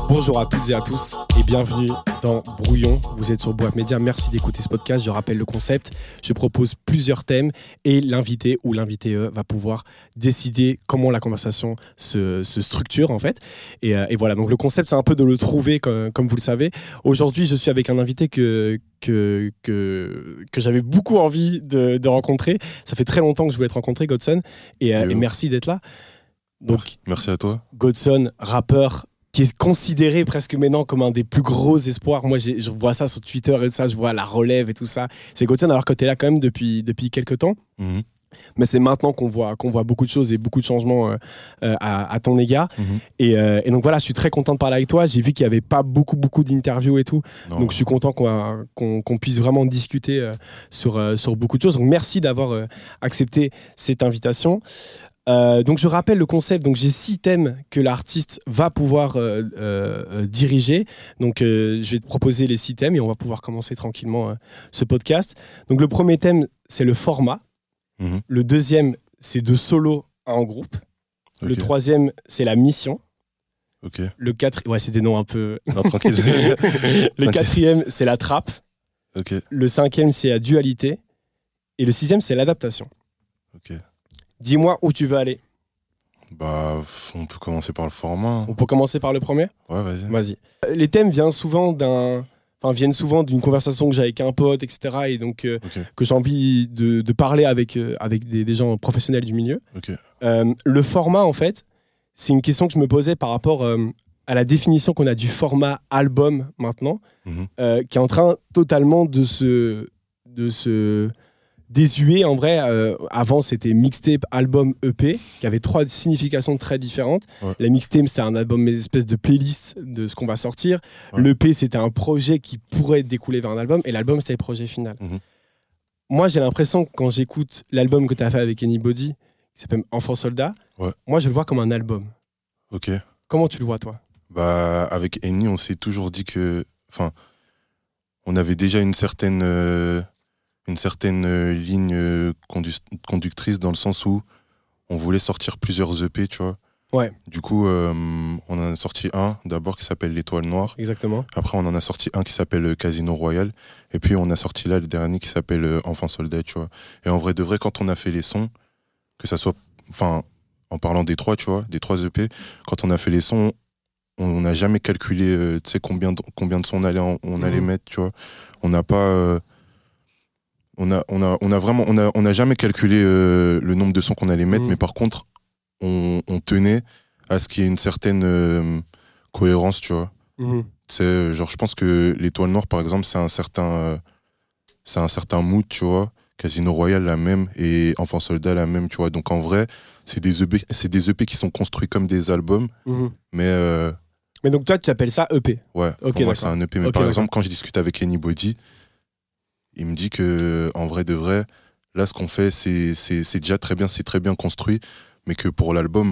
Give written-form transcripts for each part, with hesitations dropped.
Bonjour à toutes et à tous et bienvenue dans Brouillon. Vous êtes sur Boab Media, merci d'écouter ce podcast. Je rappelle le concept, je propose plusieurs thèmes et l'invité ou l'invité va pouvoir décider comment la conversation se structure en fait. Et voilà, donc le concept c'est un peu de le trouver comme vous le savez. Aujourd'hui je suis avec un invité que j'avais beaucoup envie de rencontrer. Ça fait très longtemps que je voulais te rencontrer, Godson, et merci d'être là. Donc, merci à toi. Godson, rappeur, qui est considéré presque maintenant comme un des plus gros espoirs. Moi, je vois ça sur Twitter et ça, je vois la relève et tout ça. C'est Godson, alors que tu es là quand même depuis quelques temps. Mm-hmm. Mais c'est maintenant qu'on voit beaucoup de choses et beaucoup de changements à ton égard. Mm-hmm. Et donc voilà, je suis très content de parler avec toi. J'ai vu qu'il n'y avait pas beaucoup d'interviews et tout. Non. Donc je suis content qu'on puisse vraiment discuter sur beaucoup de choses. Donc merci d'avoir accepté cette invitation. Donc je rappelle le concept, donc j'ai 6 thèmes que l'artiste va pouvoir diriger. Donc je vais te proposer les 6 thèmes et on va pouvoir commencer tranquillement ce podcast. Donc le premier thème, c'est le format. Mmh. Le deuxième, c'est de solo en groupe. Okay. Le troisième, c'est la mission. Okay. Le quatrième, ouais, c'est des noms un peu... Non, tranquille. Le quatrième, c'est la trappe. Okay. Le cinquième, c'est la dualité. Et le sixième, c'est l'adaptation. Ok. Dis-moi où tu veux aller. Bah, on peut commencer par le format. On peut commencer par le premier ? Ouais, vas-y. Les thèmes viennent souvent d'une conversation que j'ai avec un pote, etc. Et donc, que j'ai envie de parler avec des gens professionnels du milieu. Okay. Le format, en fait, c'est une question que je me posais par rapport à la définition qu'on a du format album maintenant, qui est en train totalement de se désuet en vrai. Avant c'était mixtape, album, EP, qui avait 3 significations très différentes. Ouais. La mixtape c'était un album, une espèce de playlist de ce qu'on va sortir. Ouais. L'EP c'était un projet qui pourrait découler vers un album, et l'album c'était le projet final. Moi j'ai l'impression que quand j'écoute l'album que tu as fait avec Anybody, qui s'appelle Enfant Soldat, moi je le vois comme un album. Ok. Comment tu le vois toi ? Bah avec Any on s'est toujours dit que, on avait déjà une certaine ligne conductrice, dans le sens où on voulait sortir plusieurs EP, tu vois. Ouais. Du coup, on en a sorti un d'abord qui s'appelle L'Étoile Noire. Exactement. Après, on en a sorti un qui s'appelle Casino Royal. Et puis, on a sorti là le dernier qui s'appelle Enfant Soldat, tu vois. Et en vrai de vrai, quand on a fait les sons, que ça soit... en parlant des 3, tu vois, des 3 EP, quand on a fait les sons, on n'a jamais calculé, tu sais, combien de sons on allait mettre, tu vois. On n'a pas... On a jamais calculé le nombre de sons qu'on allait mettre, mais par contre, on tenait à ce qu'il y ait une certaine cohérence, tu vois. C'est genre, je pense que l'Étoile Noire, par exemple, c'est un certain mood, tu vois. Casino Royal, la même, et Enfant Soldat, la même, tu vois. Donc en vrai, c'est des EP qui sont construits comme des albums, mais donc toi, tu appelles ça EP ? Ouais, pour moi, c'est un EP. Mais par exemple, quand je discute avec Anybody, il me dit que, en vrai de vrai, là, ce qu'on fait, c'est déjà très bien, c'est très bien construit, mais que pour l'album,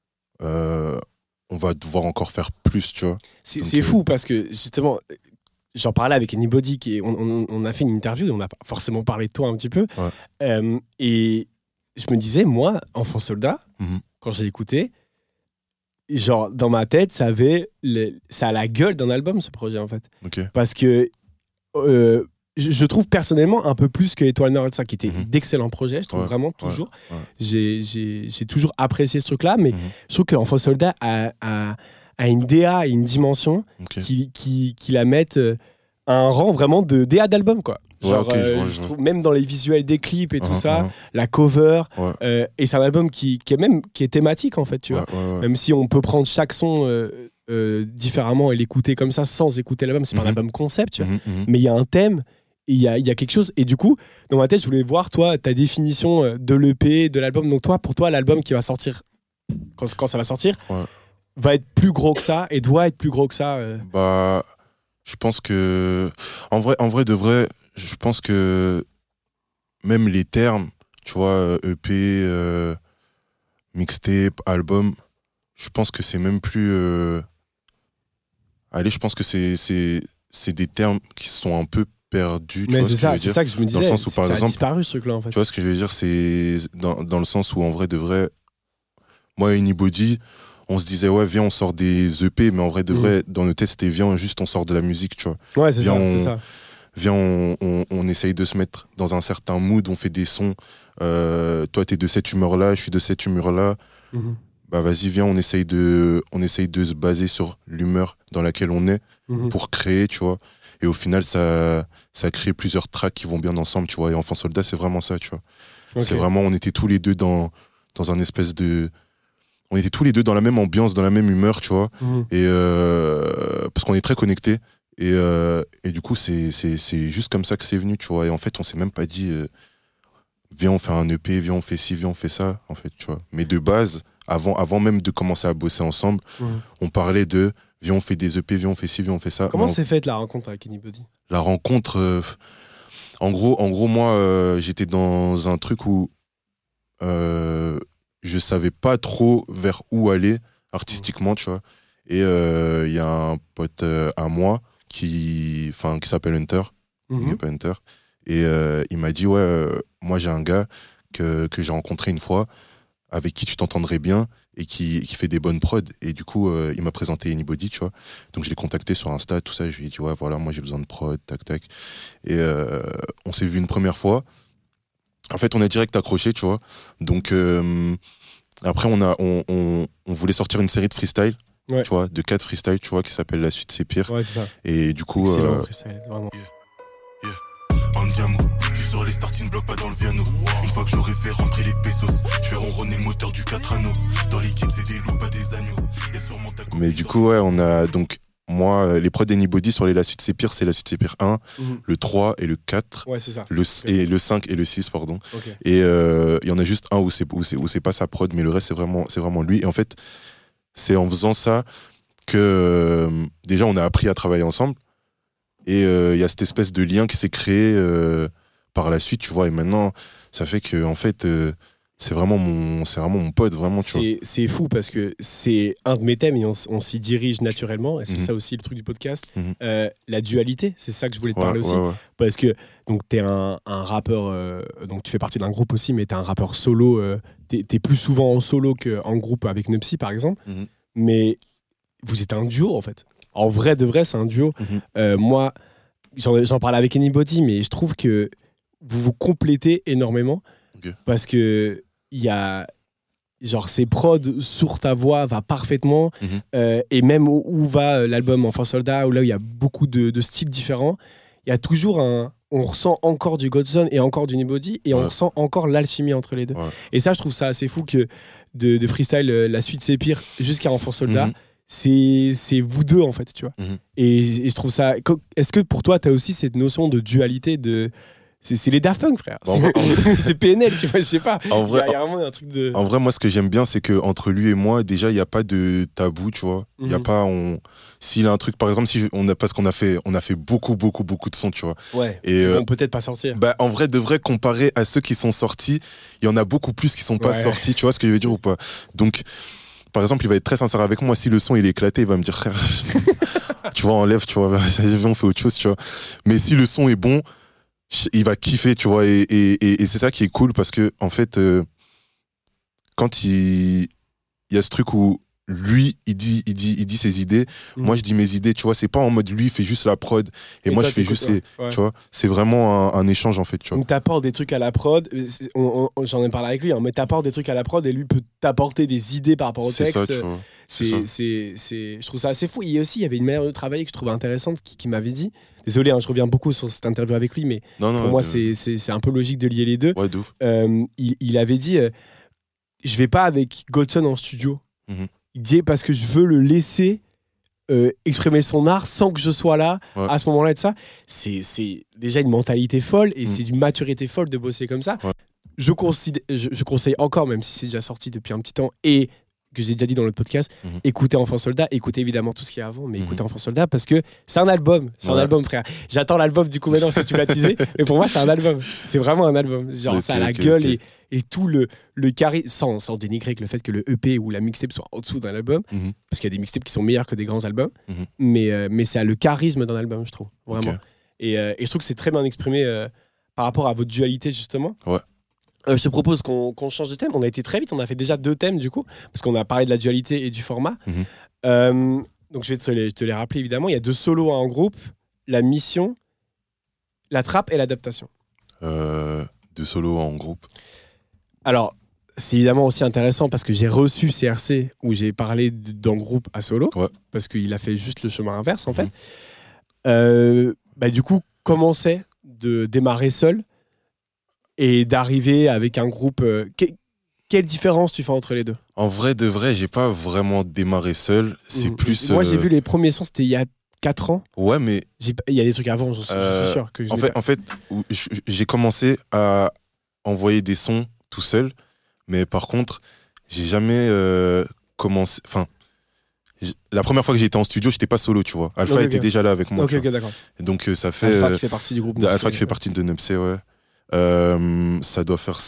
on va devoir encore faire plus, tu vois. C'est fou parce que, justement, j'en parlais avec Anybody, on a fait une interview et on a forcément parlé de toi un petit peu. Ouais. Et je me disais, moi, Enfant Soldat, quand j'ai écouté, genre, dans ma tête, ça a la gueule d'un album, ce projet, en fait. Okay. Parce que... je trouve personnellement un peu plus que Étoile Noire, ça qui était d'excellents projets, je trouve vraiment toujours. Ouais. J'ai toujours apprécié ce truc-là, mais je trouve qu'Enfant Soldat a une DA et une dimension qui la mettent à un rang vraiment de DA d'album, quoi. Genre, je trouve, même dans les visuels des clips et tout ça, la cover, et c'est un album qui est thématique en fait, tu vois. Même si on peut prendre chaque son différemment et l'écouter comme ça sans écouter l'album, c'est pas un album concept, tu vois. Mais il y a un thème. Il y a quelque chose, et du coup dans ma tête je voulais voir toi ta définition de l'EP, de l'album. Donc pour toi l'album qui va sortir quand ça va sortir va être plus gros que ça et doit être plus gros que ça. Bah je pense que en vrai de vrai, je pense que même les termes, tu vois, EP, mixtape, album, je pense que c'est même plus je pense que c'est des termes qui sont un peu perdu. Mais c'est ça que je me disais. Dans le sens où, par exemple, ça a disparu ce truc-là en fait. Tu vois ce que je veux dire, c'est dans le sens où en vrai de vrai, moi et Anybody, on se disait, ouais, viens, on sort des EP, mais en vrai, de vrai, dans nos têtes, c'était viens, juste on sort de la musique, tu vois. Ouais, c'est ça. Viens, on essaye de se mettre dans un certain mood, on fait des sons. Toi, t'es de cette humeur-là, je suis de cette humeur-là. Bah, vas-y, viens, on essaye de se baser sur l'humeur dans laquelle on est pour créer, tu vois. Et au final, ça crée plusieurs tracks qui vont bien ensemble, tu vois. Et Enfant Soldat, c'est vraiment ça, tu vois. Okay. C'est vraiment, on était tous les deux dans un espèce de... On était tous les deux dans la même ambiance, dans la même humeur, tu vois. Et parce qu'on est très connectés. Et du coup, c'est juste comme ça que c'est venu, tu vois. Et en fait, on s'est même pas dit, viens, on fait un EP, viens, on fait ci, viens, on fait ça, en fait, tu vois. Mais de base, avant même de commencer à bosser ensemble, on parlait de... Viens, on fait des EP, viens, on fait ci, viens, on fait ça. Comment s'est faite la rencontre avec Anybody ? La rencontre, en gros, moi, j'étais dans un truc où je savais pas trop vers où aller artistiquement, tu vois. Et il y a un pote à moi qui s'appelle Hunter, Hunter, et il m'a dit, ouais, moi j'ai un gars que j'ai rencontré une fois, avec qui tu t'entendrais bien, et qui fait des bonnes prods. Et du coup, il m'a présenté Anybody, tu vois. Donc je l'ai contacté sur Insta, tout ça. Je lui ai dit, ouais, voilà, moi j'ai besoin de prod, tac, tac. Et on s'est vu une première fois. En fait, on a direct accroché, tu vois. Donc après, on voulait sortir une série de freestyle, tu vois, de 4 freestyles, tu vois, qui s'appelle La Suite c'est pire. Ouais, c'est ça. Et du coup... Excellent freestyle, vraiment. Andiamo, je suis sur les starting blocks, pas dans le Viano. Une fois que j'aurai fait rentrer les pesos, je vais ronronner le moteur du 4 anneaux. Dans l'équipe, c'est des loups, pas des agneaux. Mais du coup, ouais, on a donc... Moi, les prods d'Anybody sur les La Suite c'est pire, c'est La Suite c'est pire 1, le 3 et le 4. Ouais, c'est ça. Et le 5 et le 6, pardon. Okay. Et il y en a juste un où c'est pas sa prod, mais le reste, c'est vraiment lui. Et en fait, c'est en faisant ça que déjà, on a appris à travailler ensemble. Et il y a cette espèce de lien qui s'est créé par la suite, tu vois. Et maintenant, ça fait que, en fait... c'est vraiment mon pote, vraiment, tu vois. C'est fou parce que c'est un de mes thèmes et on s'y dirige naturellement. Et c'est ça aussi le truc du podcast. La dualité, c'est ça que je voulais te parler aussi. Ouais. Parce que t'es un rappeur, donc tu fais partie d'un groupe aussi, mais t'es un rappeur solo. T'es plus souvent en solo qu'en groupe avec Nupsi, par exemple. Mais vous êtes un duo, en fait. En vrai de vrai, c'est un duo. Moi, j'en parle avec Anybody, mais je trouve que vous vous complétez énormément. Parce que il y a genre ces prods sur ta voix va parfaitement et même où va l'album Enfant Soldat, où là il y a beaucoup de styles différents, il y a toujours on ressent encore du Godson et encore du Anybody et on ressent encore l'alchimie entre les deux. Et ça, je trouve ça assez fou que de freestyle La Suite c'est pire jusqu'à Enfant Soldat, c'est vous deux en fait, tu vois. Et je trouve ça... Est-ce que pour toi t'as aussi cette notion de dualité de... C'est les Daft Punk, frère. C'est PNL, tu vois, je sais pas. En vrai, il y a vraiment un truc de... En vrai, moi, ce que j'aime bien, c'est qu'entre lui et moi, déjà, il n'y a pas de tabou, tu vois. Il y a pas... S'il a un truc, par exemple, parce qu'on a fait beaucoup de sons, tu vois. Ouais, et ils vont peut-être pas sortir. Bah, en vrai, de vrai, comparé à ceux qui sont sortis, il y en a beaucoup plus qui sont pas sortis, tu vois ce que je veux dire ou pas. Donc, par exemple, il va être très sincère avec moi. Si le son, il est éclaté, il va me dire, frère, tu vois, enlève, tu vois, on fait autre chose, tu vois. Mais si le son est bon... il va kiffer, tu vois, et c'est ça qui est cool parce que en fait quand il y a ce truc où lui il dit ses idées, moi je dis mes idées, tu vois, c'est pas en mode lui il fait juste la prod et moi je fais juste les, tu vois, c'est vraiment un échange en fait, tu vois. Donc t'apportes des trucs à la prod, j'en ai parlé avec lui, hein, mais t'apportes des trucs à la prod et lui peut t'apporter des idées par rapport au texte. Ça, tu vois. Je trouve ça assez fou. Et aussi, il y avait une manière de travailler que je trouvais intéressante qui m'avait dit. Désolé, hein, je reviens beaucoup sur cette interview avec lui, mais pour moi, c'est un peu logique de lier les deux. Ouais, de ouf. Il avait dit je vais pas avec Godson en studio. Il dit parce que je veux le laisser exprimer son art sans que je sois là à ce moment-là et de ça. C'est déjà une mentalité folle et c'est une maturité folle de bosser comme ça. Je conseille encore, même si c'est déjà sorti depuis un petit temps et que j'ai déjà dit dans le podcast, écoutez Enfant Soldat, écoutez évidemment tout ce qu'il y a avant, mais écoutez Enfant Soldat parce que c'est un album, album, frère. J'attends l'album du coup maintenant parce que tu l'as teasé, mais pour moi c'est un album, c'est vraiment un album. Genre ça a la gueule et tout le carré, sans dénigrer que le fait que le EP ou la mixtape soit en dessous d'un album, parce qu'il y a des mixtapes qui sont meilleurs que des grands albums, mais ça a le charisme d'un album, je trouve, vraiment. Et je trouve que c'est très bien exprimé par rapport à votre dualité justement. Je te propose qu'on change de thème. On a été très vite, on a fait déjà 2 thèmes du coup, parce qu'on a parlé de la dualité et du format. Donc je vais te les rappeler évidemment. Il y a 2 solos en groupe, la mission, la trappe et l'adaptation. 2 solos en groupe. Alors, c'est évidemment aussi intéressant parce que j'ai reçu CRC où j'ai parlé d'un groupe à solo, parce qu'il a fait juste le chemin inverse en fait. Du coup, comment c'est de démarrer seul et d'arriver avec un groupe quelle différence tu fais entre les deux? En vrai de vrai, j'ai pas vraiment démarré seul. C'est plus. Moi, j'ai vu les premiers sons, c'était il y a 4 ans. Ouais, mais. Il y a des trucs avant, je suis sûr. Que en fait, j'ai commencé à envoyer des sons tout seul, mais par contre, j'ai jamais commencé. Enfin, la première fois que j'ai été en studio, j'étais pas solo, tu vois. Alpha était déjà là avec moi. Ok, d'accord. Et donc, ça fait. Alpha qui fait partie du groupe. Alpha qui fait partie de Nupsé, ouais. Ça doit faire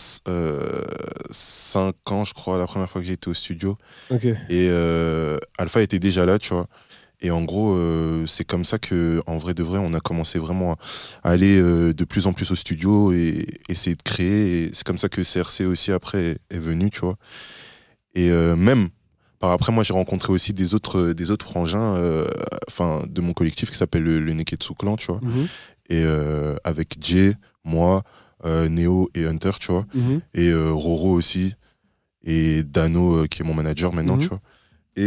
5 ans, je crois, la première fois que j'ai été au studio. Et Alpha était déjà là, tu vois. Et en gros, c'est comme ça que, en vrai de vrai, on a commencé vraiment à aller de plus en plus au studio et essayer de créer. Et c'est comme ça que CRC aussi après est venu, tu vois. Et même par après, moi, j'ai rencontré aussi des autres frangins, de mon collectif qui s'appelle le Neketsu Clan, tu vois. Et avec Jay, moi, Neo et Hunter, tu vois. Et Roro aussi. Et Dano, qui est mon manager maintenant, tu vois. Et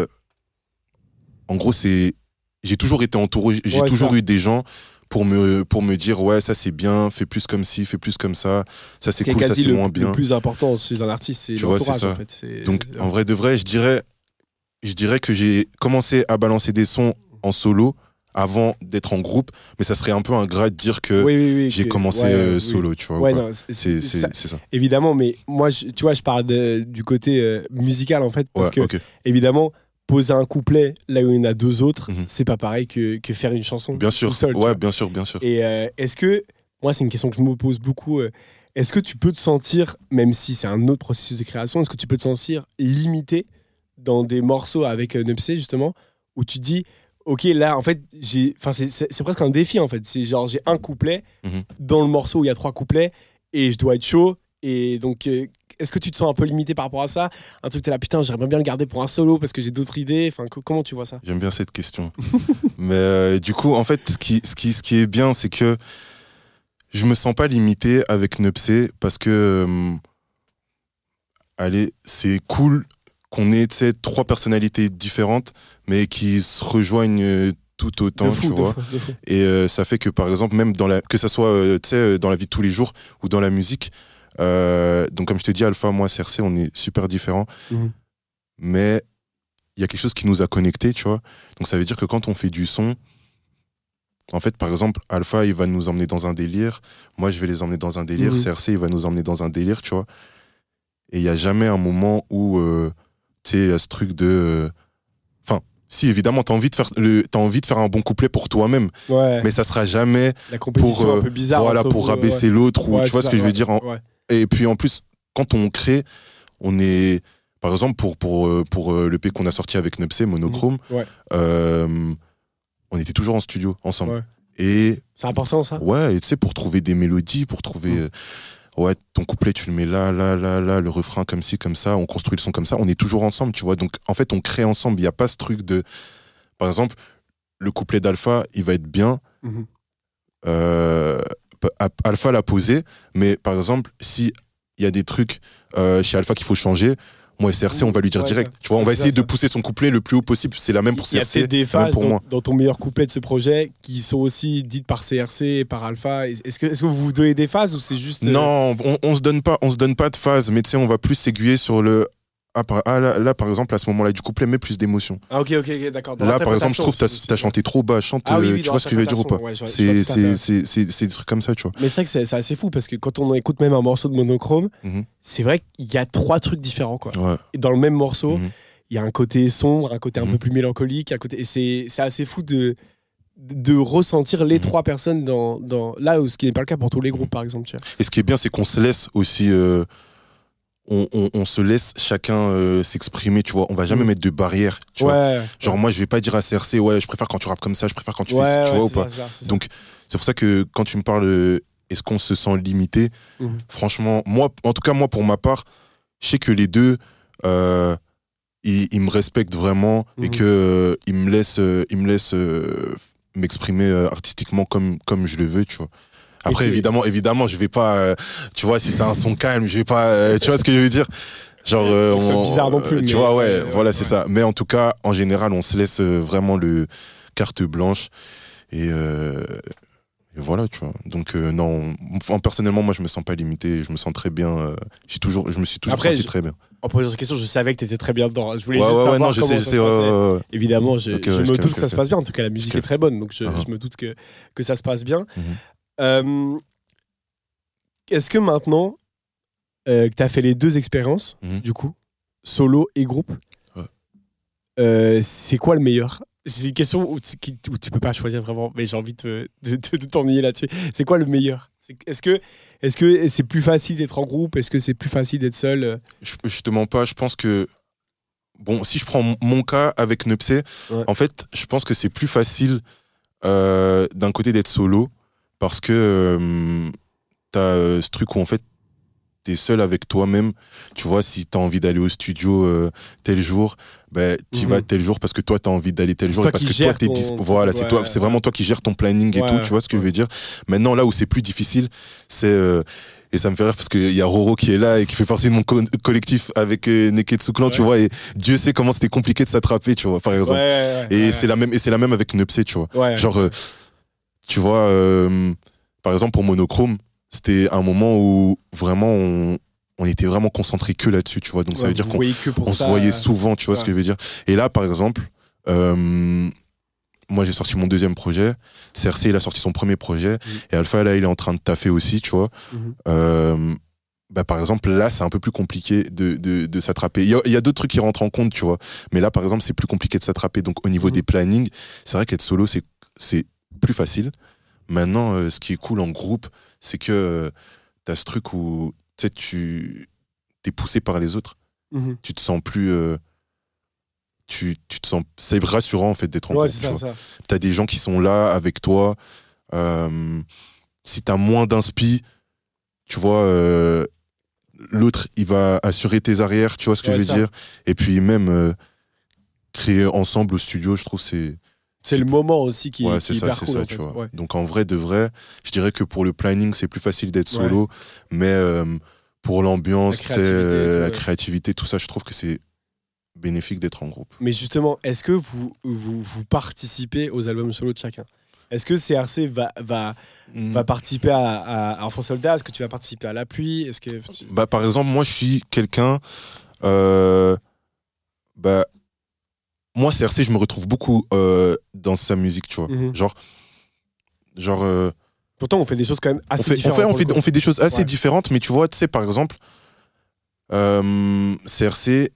en gros, j'ai toujours été entouré, j'ai toujours eu des gens pour me dire ouais, ça c'est bien, fais plus comme ci, fais plus comme ça c'est cool, ça c'est moins bien. Le plus important chez un artiste, c'est l'entourage en fait. Donc en vrai de vrai, je dirais que j'ai commencé à balancer des sons en solo avant d'être en groupe, mais ça serait un peu ingrat de dire que j'ai commencé solo, tu vois. Ouais, non, c'est ça. Évidemment, mais moi, tu vois, je parle du côté musical en fait, parce que évidemment, poser un couplet là où il y en a 2 autres, c'est pas pareil que faire une chanson bien sûr, tout seul. Bien sûr. Et est-ce que, moi c'est une question que je me pose beaucoup, est-ce que tu peux te sentir, même si c'est un autre processus de création, est-ce que tu peux te sentir limité dans des morceaux avec Nupsé justement, où tu dis, ok là en fait, c'est presque un défi en fait, c'est genre j'ai un couplet dans le morceau où il y a 3 couplets et je dois être chaud, et donc... Est-ce que tu te sens un peu limité par rapport à ça? Un truc, t'es là, putain, j'aimerais bien le garder pour un solo parce que j'ai d'autres idées. Enfin, comment tu vois ça? J'aime bien cette question. Mais du coup, en fait, ce qui est bien, c'est que je me sens pas limité avec Nupsé parce que, allez, c'est cool qu'on ait 3 personnalités différentes, mais qui se rejoignent tout autant, tu vois. De fou. Et ça fait que, par exemple, même que ça soit dans la vie de tous les jours ou dans la musique, donc comme je te dis, Alpha, moi, CRC, on est super différents, mais il y a quelque chose qui nous a connectés, tu vois. Donc ça veut dire que quand on fait du son, en fait, par exemple, Alpha, il va nous emmener dans un délire, moi je vais les emmener dans un délire, CRC, il va nous emmener dans un délire, tu vois. Et il n'y a jamais un moment où tu sais, il y a ce truc de si évidemment t'as envie de faire un bon couplet pour toi-même, mais ça sera jamais la compétition un peu bizarre, pour rabaisser l'autre, ou tu vois ce que je veux dire. Et puis en plus, quand on crée, on est, par exemple pour l'EP qu'on a sorti avec Nupsé, Monochrome, on était toujours en studio ensemble. Et c'est important ça. Ouais, et tu sais, pour trouver des mélodies, pour trouver ton couplet tu le mets là, le refrain comme ci, comme ça, on construit le son comme ça, on est toujours ensemble, tu vois. Donc en fait, on crée ensemble, il n'y a pas ce truc de, par exemple, le couplet d'Alpha, il va être bien, Alpha l'a posé, mais par exemple, si il y a des trucs chez Alpha qu'il faut changer, moi et CRC, on va lui dire direct, tu vois, on va essayer de pousser son couplet le plus haut possible, c'est la même pour CRC, il y a des phases pour moi. Dans ton meilleur couplet de ce projet qui sont aussi dites par CRC et par Alpha. Est-ce que vous vous donnez des phases ou c'est juste Non, on se donne pas de phase, mais tu sais, on va plus s'aiguiller sur le là, par exemple, à ce moment-là du couplet, mais plus d'émotion. Ah, ok, d'accord. Là, par exemple, je trouve que t'as chanté trop bas, tu vois ce que je veux dire ou pas? C'est des trucs comme ça, tu vois. Mais c'est vrai que c'est assez fou parce que quand on écoute même un morceau de Monochrome, c'est vrai qu'il y a 3 trucs différents, quoi. Et dans le même morceau, il y a un côté sombre, un côté un peu plus mélancolique, et c'est assez fou de ressentir les 3 personnes dans là où ce qui n'est pas le cas pour tous les groupes, par exemple, tu vois. Et ce qui est bien, c'est qu'on se laisse aussi on se laisse chacun s'exprimer, tu vois. On va jamais mettre de barrière, tu vois. Genre moi, je vais pas dire à CRC, je préfère quand tu rappes comme ça, je préfère quand tu fais ça, tu vois ou pas. Donc c'est pour ça que quand tu me parles est-ce qu'on se sent limité? Franchement, moi, en tout cas, moi, pour ma part, je sais que les deux, ils me respectent vraiment et qu'ils me laissent m'exprimer artistiquement comme je le veux, tu vois. Après, évidemment, je vais pas, tu vois, si c'est un son calme, je vais pas, tu vois ce que je veux dire? Genre, c'est bizarre non plus. Tu vois, ouais, voilà, c'est ça. Mais en tout cas, en général, on se laisse vraiment le carte blanche et voilà, tu vois. Donc, non, personnellement, moi, je me sens pas limité, je me sens très bien. Je me suis toujours senti très bien. En posant cette question, je savais que tu étais très bien dedans. Je voulais juste savoir comment ça se passait. Évidemment, je me doute que ça se passe bien. En tout cas, la musique est très bonne, donc je me doute que ça se passe bien. Est-ce que maintenant que tu as fait les deux expériences, du coup, solo et groupe, c'est quoi le meilleur? C'est une question où tu peux pas choisir vraiment, mais j'ai envie de t'ennuyer là-dessus. C'est quoi le meilleur? Est-ce que c'est plus facile d'être en groupe? Est-ce que c'est plus facile d'être seul? Je te mens pas, je pense que... Bon, si je prends mon cas avec Nepsé, en fait, je pense que c'est plus facile d'un côté d'être solo, parce que t'as ce truc où en fait, t'es seul avec toi-même. Tu vois, si t'as envie d'aller au studio tel jour, ben, t'y vas tel jour parce que toi, t'as envie d'aller tel jour. Parce que toi, t'es dispo. Voilà, c'est vraiment toi qui gères ton planning et tout. Tu vois ce que je veux dire? Maintenant, là où c'est plus difficile, c'est. Et ça me fait rire parce qu'il y a Roro qui est là et qui fait partie de mon collectif avec Neketsu Clan, tu vois. Et Dieu sait comment c'était compliqué de s'attraper, tu vois, par exemple. C'est la même avec Nepsé, tu vois. Genre, tu vois, par exemple, pour Monochrome, c'était un moment où vraiment on était vraiment concentré que là-dessus, tu vois. Donc ça veut dire qu'on se voyait souvent, tu vois ce que je veux dire. Et là, par exemple, moi j'ai sorti mon deuxième projet, CRC il a sorti son premier projet, et Alpha là il est en train de taffer aussi, tu vois. Par exemple là c'est un peu plus compliqué de s'attraper. Il y a d'autres trucs qui rentrent en compte, tu vois. Mais là par exemple c'est plus compliqué de s'attraper. Donc au niveau des plannings, c'est vrai qu'être solo c'est plus facile. Maintenant, ce qui est cool en groupe, c'est que t'as ce truc où tu t'es poussé par les autres. Tu te sens plus... tu te sens... C'est rassurant, en fait, d'être en groupe. T'as des gens qui sont là avec toi. Si t'as moins d'inspi, tu vois, l'autre, il va assurer tes arrières, tu vois ce que je veux dire. Et puis même, créer ensemble au studio, je trouve c'est le moment aussi qui est c'est hyper ça, cool. tu vois. Donc en vrai, de vrai, je dirais que pour le planning, c'est plus facile d'être solo, mais pour l'ambiance, la créativité, tout ça, je trouve que c'est bénéfique d'être en groupe. Mais justement, est-ce que vous participez aux albums solo de chacun? Est-ce que CRC va participer à Enfant Soldat? Est-ce que tu vas participer à l'appui? Par exemple, moi, je suis quelqu'un... moi, CRC, je me retrouve beaucoup dans sa musique, tu vois. Genre pourtant, on fait des choses quand même assez différentes. On fait des choses assez différentes, mais tu vois, tu sais, par exemple, CRC,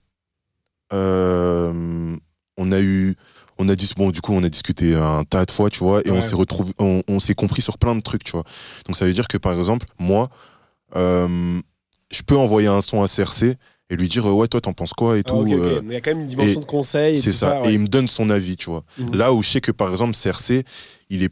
on a discuté un tas de fois, tu vois, et on s'est compris sur plein de trucs, tu vois. Donc ça veut dire que, par exemple, moi, je peux envoyer un son à CRC et lui dire ouais, toi t'en penses quoi et tout. Il y a quand même une dimension de conseil. C'est ça. Et il me donne son avis, tu vois. Là où je sais que par exemple CRC, il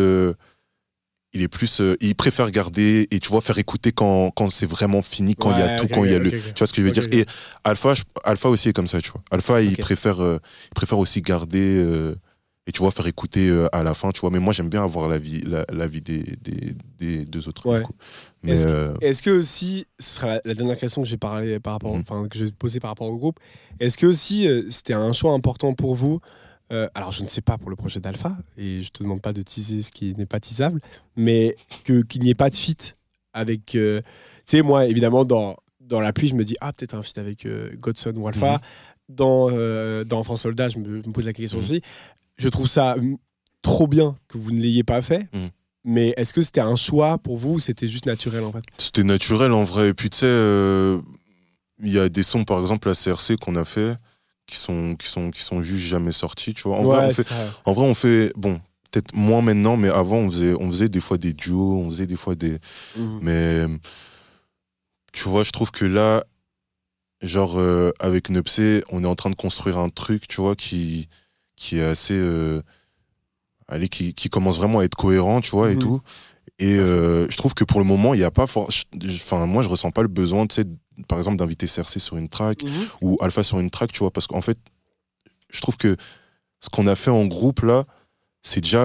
préfère garder et tu vois faire écouter quand c'est vraiment fini, quand il y a tout, quand il y a le. Tu vois ce que je veux dire. Et Alpha aussi est comme ça, tu vois. Alpha il préfère aussi garder et tu vois faire écouter à la fin, tu vois. Mais moi j'aime bien avoir l'avis des deux autres. Du coup. Mais est-ce que aussi, ce sera la dernière question que je vais poser par rapport au groupe, est-ce que aussi c'était un choix important pour vous, alors je ne sais pas pour le projet d'Alpha, et je te demande pas de teaser ce qui n'est pas teasable, mais qu'il n'y ait pas de feat avec... tu sais, moi évidemment dans la pluie je me dis peut-être un feat avec Godson ou Alpha. Dans Enfant Soldat je me pose la question aussi. Je trouve ça trop bien que vous ne l'ayez pas fait. Mais est-ce que c'était un choix pour vous ou c'était juste naturel en fait? C'était naturel en vrai. Et puis tu sais, il y a des sons par exemple à CRC qu'on a fait qui sont juste jamais sortis. Tu vois. En vrai, on fait bon, peut-être moins maintenant, mais avant on faisait des fois des duos, on faisait des fois des. Mais tu vois, je trouve que là, genre avec Nepsé, on est en train de construire un truc, tu vois, qui est assez. Qui commence vraiment à être cohérent, tu vois, et tout. Et je trouve que pour le moment, il n'y a pas. Moi, je ressens pas le besoin, tu sais, par exemple, d'inviter CRC sur une track ou Alpha sur une track, tu vois, parce qu'en fait, je trouve que ce qu'on a fait en groupe là, c'est déjà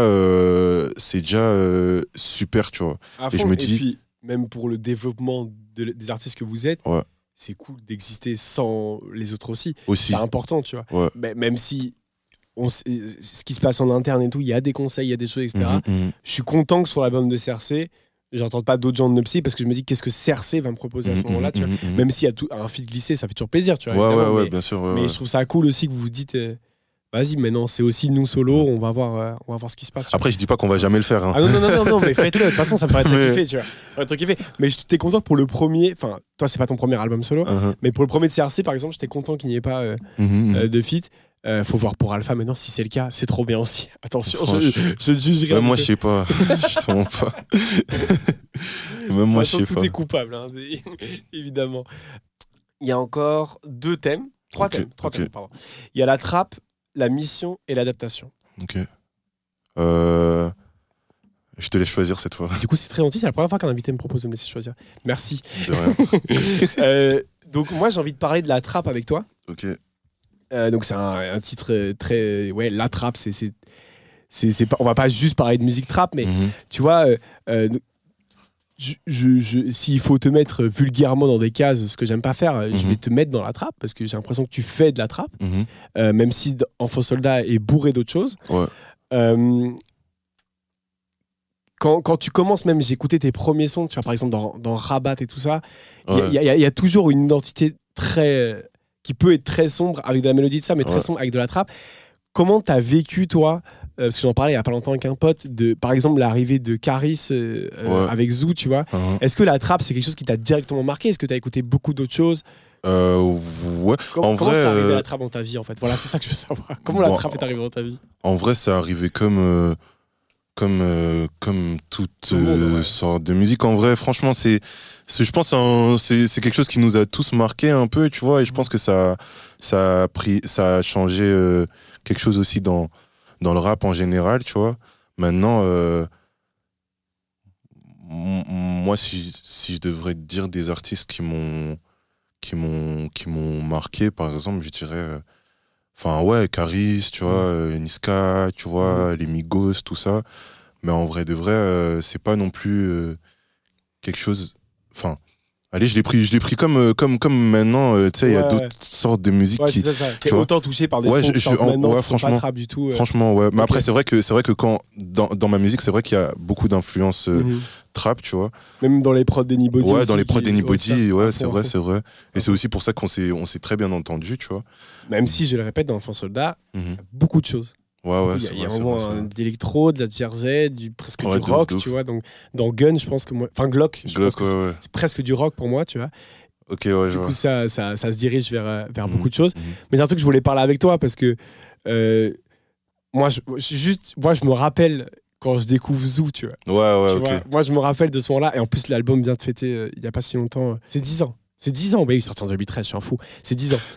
super, tu vois. Et je me dis. Et puis, même pour le développement des artistes que vous êtes, c'est cool d'exister sans les autres aussi. C'est important, tu vois. Ouais. Mais même si. Ce qui se passe en interne et tout, il y a des conseils, il y a des choses, etc. Je suis content que sur l'album de CRC, j'entends pas d'autres gens de Nupsi parce que je me dis qu'est-ce que CRC va me proposer à ce moment-là, tu vois. Même s'il y a un feat glissé, ça fait toujours plaisir, tu vois. Ouais, bien sûr. Mais je trouve ça cool aussi que vous vous dites, vas-y, maintenant c'est aussi nous solo, on va voir ce qui se passe. Après, je dis pas qu'on va jamais le faire. Hein. Ah non, mais faites-le. De toute façon, ça me ferait très kiffer, tu vois. Mais j'étais content pour le premier. Enfin, toi, c'est pas ton premier album solo, mais pour le premier de CRC, par exemple, j'étais content qu'il n'y ait pas de feat. Faut voir pour Alpha maintenant si c'est le cas, c'est trop bien aussi. Attention, je juge rien. Même moi, je sais pas. Je te mens pas. Même moi, je sais pas. Tout est coupable, hein, évidemment. Il y a encore trois thèmes, pardon. Il y a la trappe, la mission et l'adaptation. Ok. Je te laisse choisir cette fois. Du coup, c'est très gentil. C'est la première fois qu'un invité me propose de me laisser choisir. Merci. De rien. Donc moi, j'ai envie de parler de la trappe avec toi. Ok. Donc c'est un titre très la trappe c'est pas, on va pas juste parler de musique trap mais tu vois s'il faut te mettre vulgairement dans des cases, ce que j'aime pas faire, je vais te mettre dans la trappe parce que j'ai l'impression que tu fais de la trappe, même si Enfant Soldat est bourré d'autres choses. Quand tu commences, même j'ai écouté tes premiers sons, tu vois, par exemple dans Rabat et tout ça, il y a toujours une identité qui peut être très sombre avec de la mélodie de ça, mais très sombre avec de la trappe. Comment t'as vécu, toi, parce que j'en parlais il y a pas longtemps avec un pote, par exemple l'arrivée de Caris avec Zou, tu vois. Est-ce que la trappe, c'est quelque chose qui t'a directement marqué? Est-ce que t'as écouté beaucoup d'autres choses? Ouais. Comment c'est arrivé la trappe dans ta vie, en fait? Voilà, c'est ça que je veux savoir. Comment la trappe est arrivée dans ta vie? En vrai, c'est arrivé comme toute sorte de musique. En vrai, franchement, je pense c'est quelque chose qui nous a tous marqué un peu, tu vois, et je pense que ça a changé quelque chose aussi dans le rap en général, tu vois. Maintenant, moi, si je devrais te dire des artistes qui m'ont marqué, par exemple, je dirais Caris, tu vois, Niska, tu vois, les Migos, tout ça. Mais en vrai de vrai, c'est pas non plus quelque chose. Enfin, allez, je l'ai pris comme maintenant. Tu sais, il y a d'autres sortes de musique qui. C'est ça. T'es autant touché par des sons qui sortent maintenant, qui sont pas trap du tout. Franchement, ouais. Mais après, c'est vrai que quand dans ma musique, c'est vrai qu'il y a beaucoup d'influence trap, tu vois. Même dans les prods d'Anybody. Ouais, dans les prods d'Anybody, c'est vrai. Et c'est aussi pour ça qu'on s'est très bien entendu, tu vois. Même si, je le répète, dans Enfant Soldat, il y a beaucoup de choses. Ouais, il y a vraiment de l'électro, de la jersey, presque du rock, tu vois. Donc, dans Gun, je pense que moi. Enfin, Glock, je pense que c'est presque du rock pour moi, tu vois. Ok, ouais, du coup, ça se dirige vers beaucoup de choses. Mais c'est un truc que je voulais parler avec toi parce que moi, je me rappelle quand je découvre Zou, tu vois. Ouais, ok. Vois, moi, je me rappelle de ce moment-là. Et en plus, l'album vient de fêter il n'y a pas si longtemps. C'est 10 ans. C'est 10 ans. Bah, il est sorti en 2013, je suis un fou. C'est 10 ans.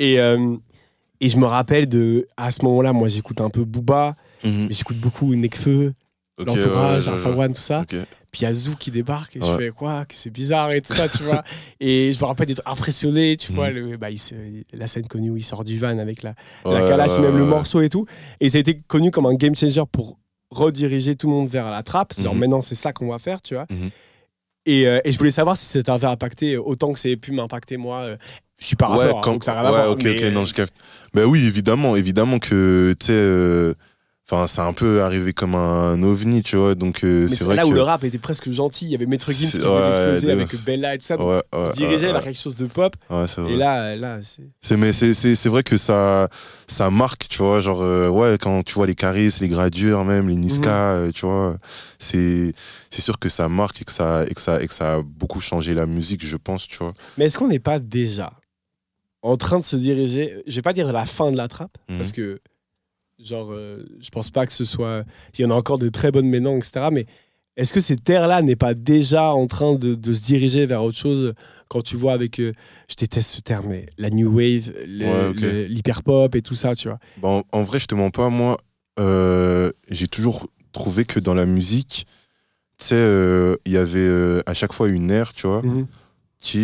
Et je me rappelle à ce moment-là, moi j'écoute un peu Booba, mais j'écoute beaucoup Nekfeu, L'Entourage, Alpha One, tout ça. Okay. Puis il y a Zou qui débarque et je fais quoi, que c'est bizarre et tout ça, tu vois. Et je me rappelle d'être impressionné, tu vois, la scène connue où il sort du van avec la calache et même le morceau et tout. Et ça a été connu comme un game changer pour rediriger tout le monde vers la trappe. C'est genre maintenant c'est ça qu'on va faire, tu vois. Et je voulais savoir si ça t'avait impacté autant que ça ait pu m'impacter moi. Je suis pas rappeur, donc ça n'a rien à voir. Ok, non, je capte. Bah oui, évidemment que, tu sais, c'est un peu arrivé comme un ovni, tu vois, donc c'est vrai là que... où le rap était presque gentil, il y avait Maître Gims qui venait exploser avec Bella et tout ça, donc on se dirigeait vers quelque chose de pop, et là c'est... Mais c'est vrai que ça marque, tu vois, genre, quand tu vois les Caris, les Gradures même, les Niska, tu vois, c'est sûr que ça marque et que ça a beaucoup changé la musique, je pense, tu vois. Mais est-ce qu'on n'est pas déjà en train de se diriger, je vais pas dire la fin de la trappe, parce que genre, je pense pas que ce soit... Il y en a encore de très bonnes maintenant, etc. Mais est-ce que cette terre-là n'est pas déjà en train de se diriger vers autre chose quand tu vois avec... je déteste ce terme, mais la new wave, l'hyper-pop et tout ça, tu vois. Bon, en vrai, je te mens pas, moi, j'ai toujours trouvé que dans la musique, tu sais, il y avait à chaque fois une aire, tu vois, qui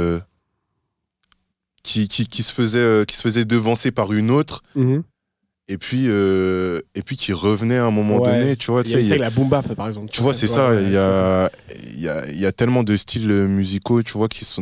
se faisait devancer par une autre. Et puis qui revenait à un moment donné, tu vois. Il y a la boom bap, par exemple. Tu vois, c'est ça. Il y a tellement de styles musicaux, tu vois, qui sont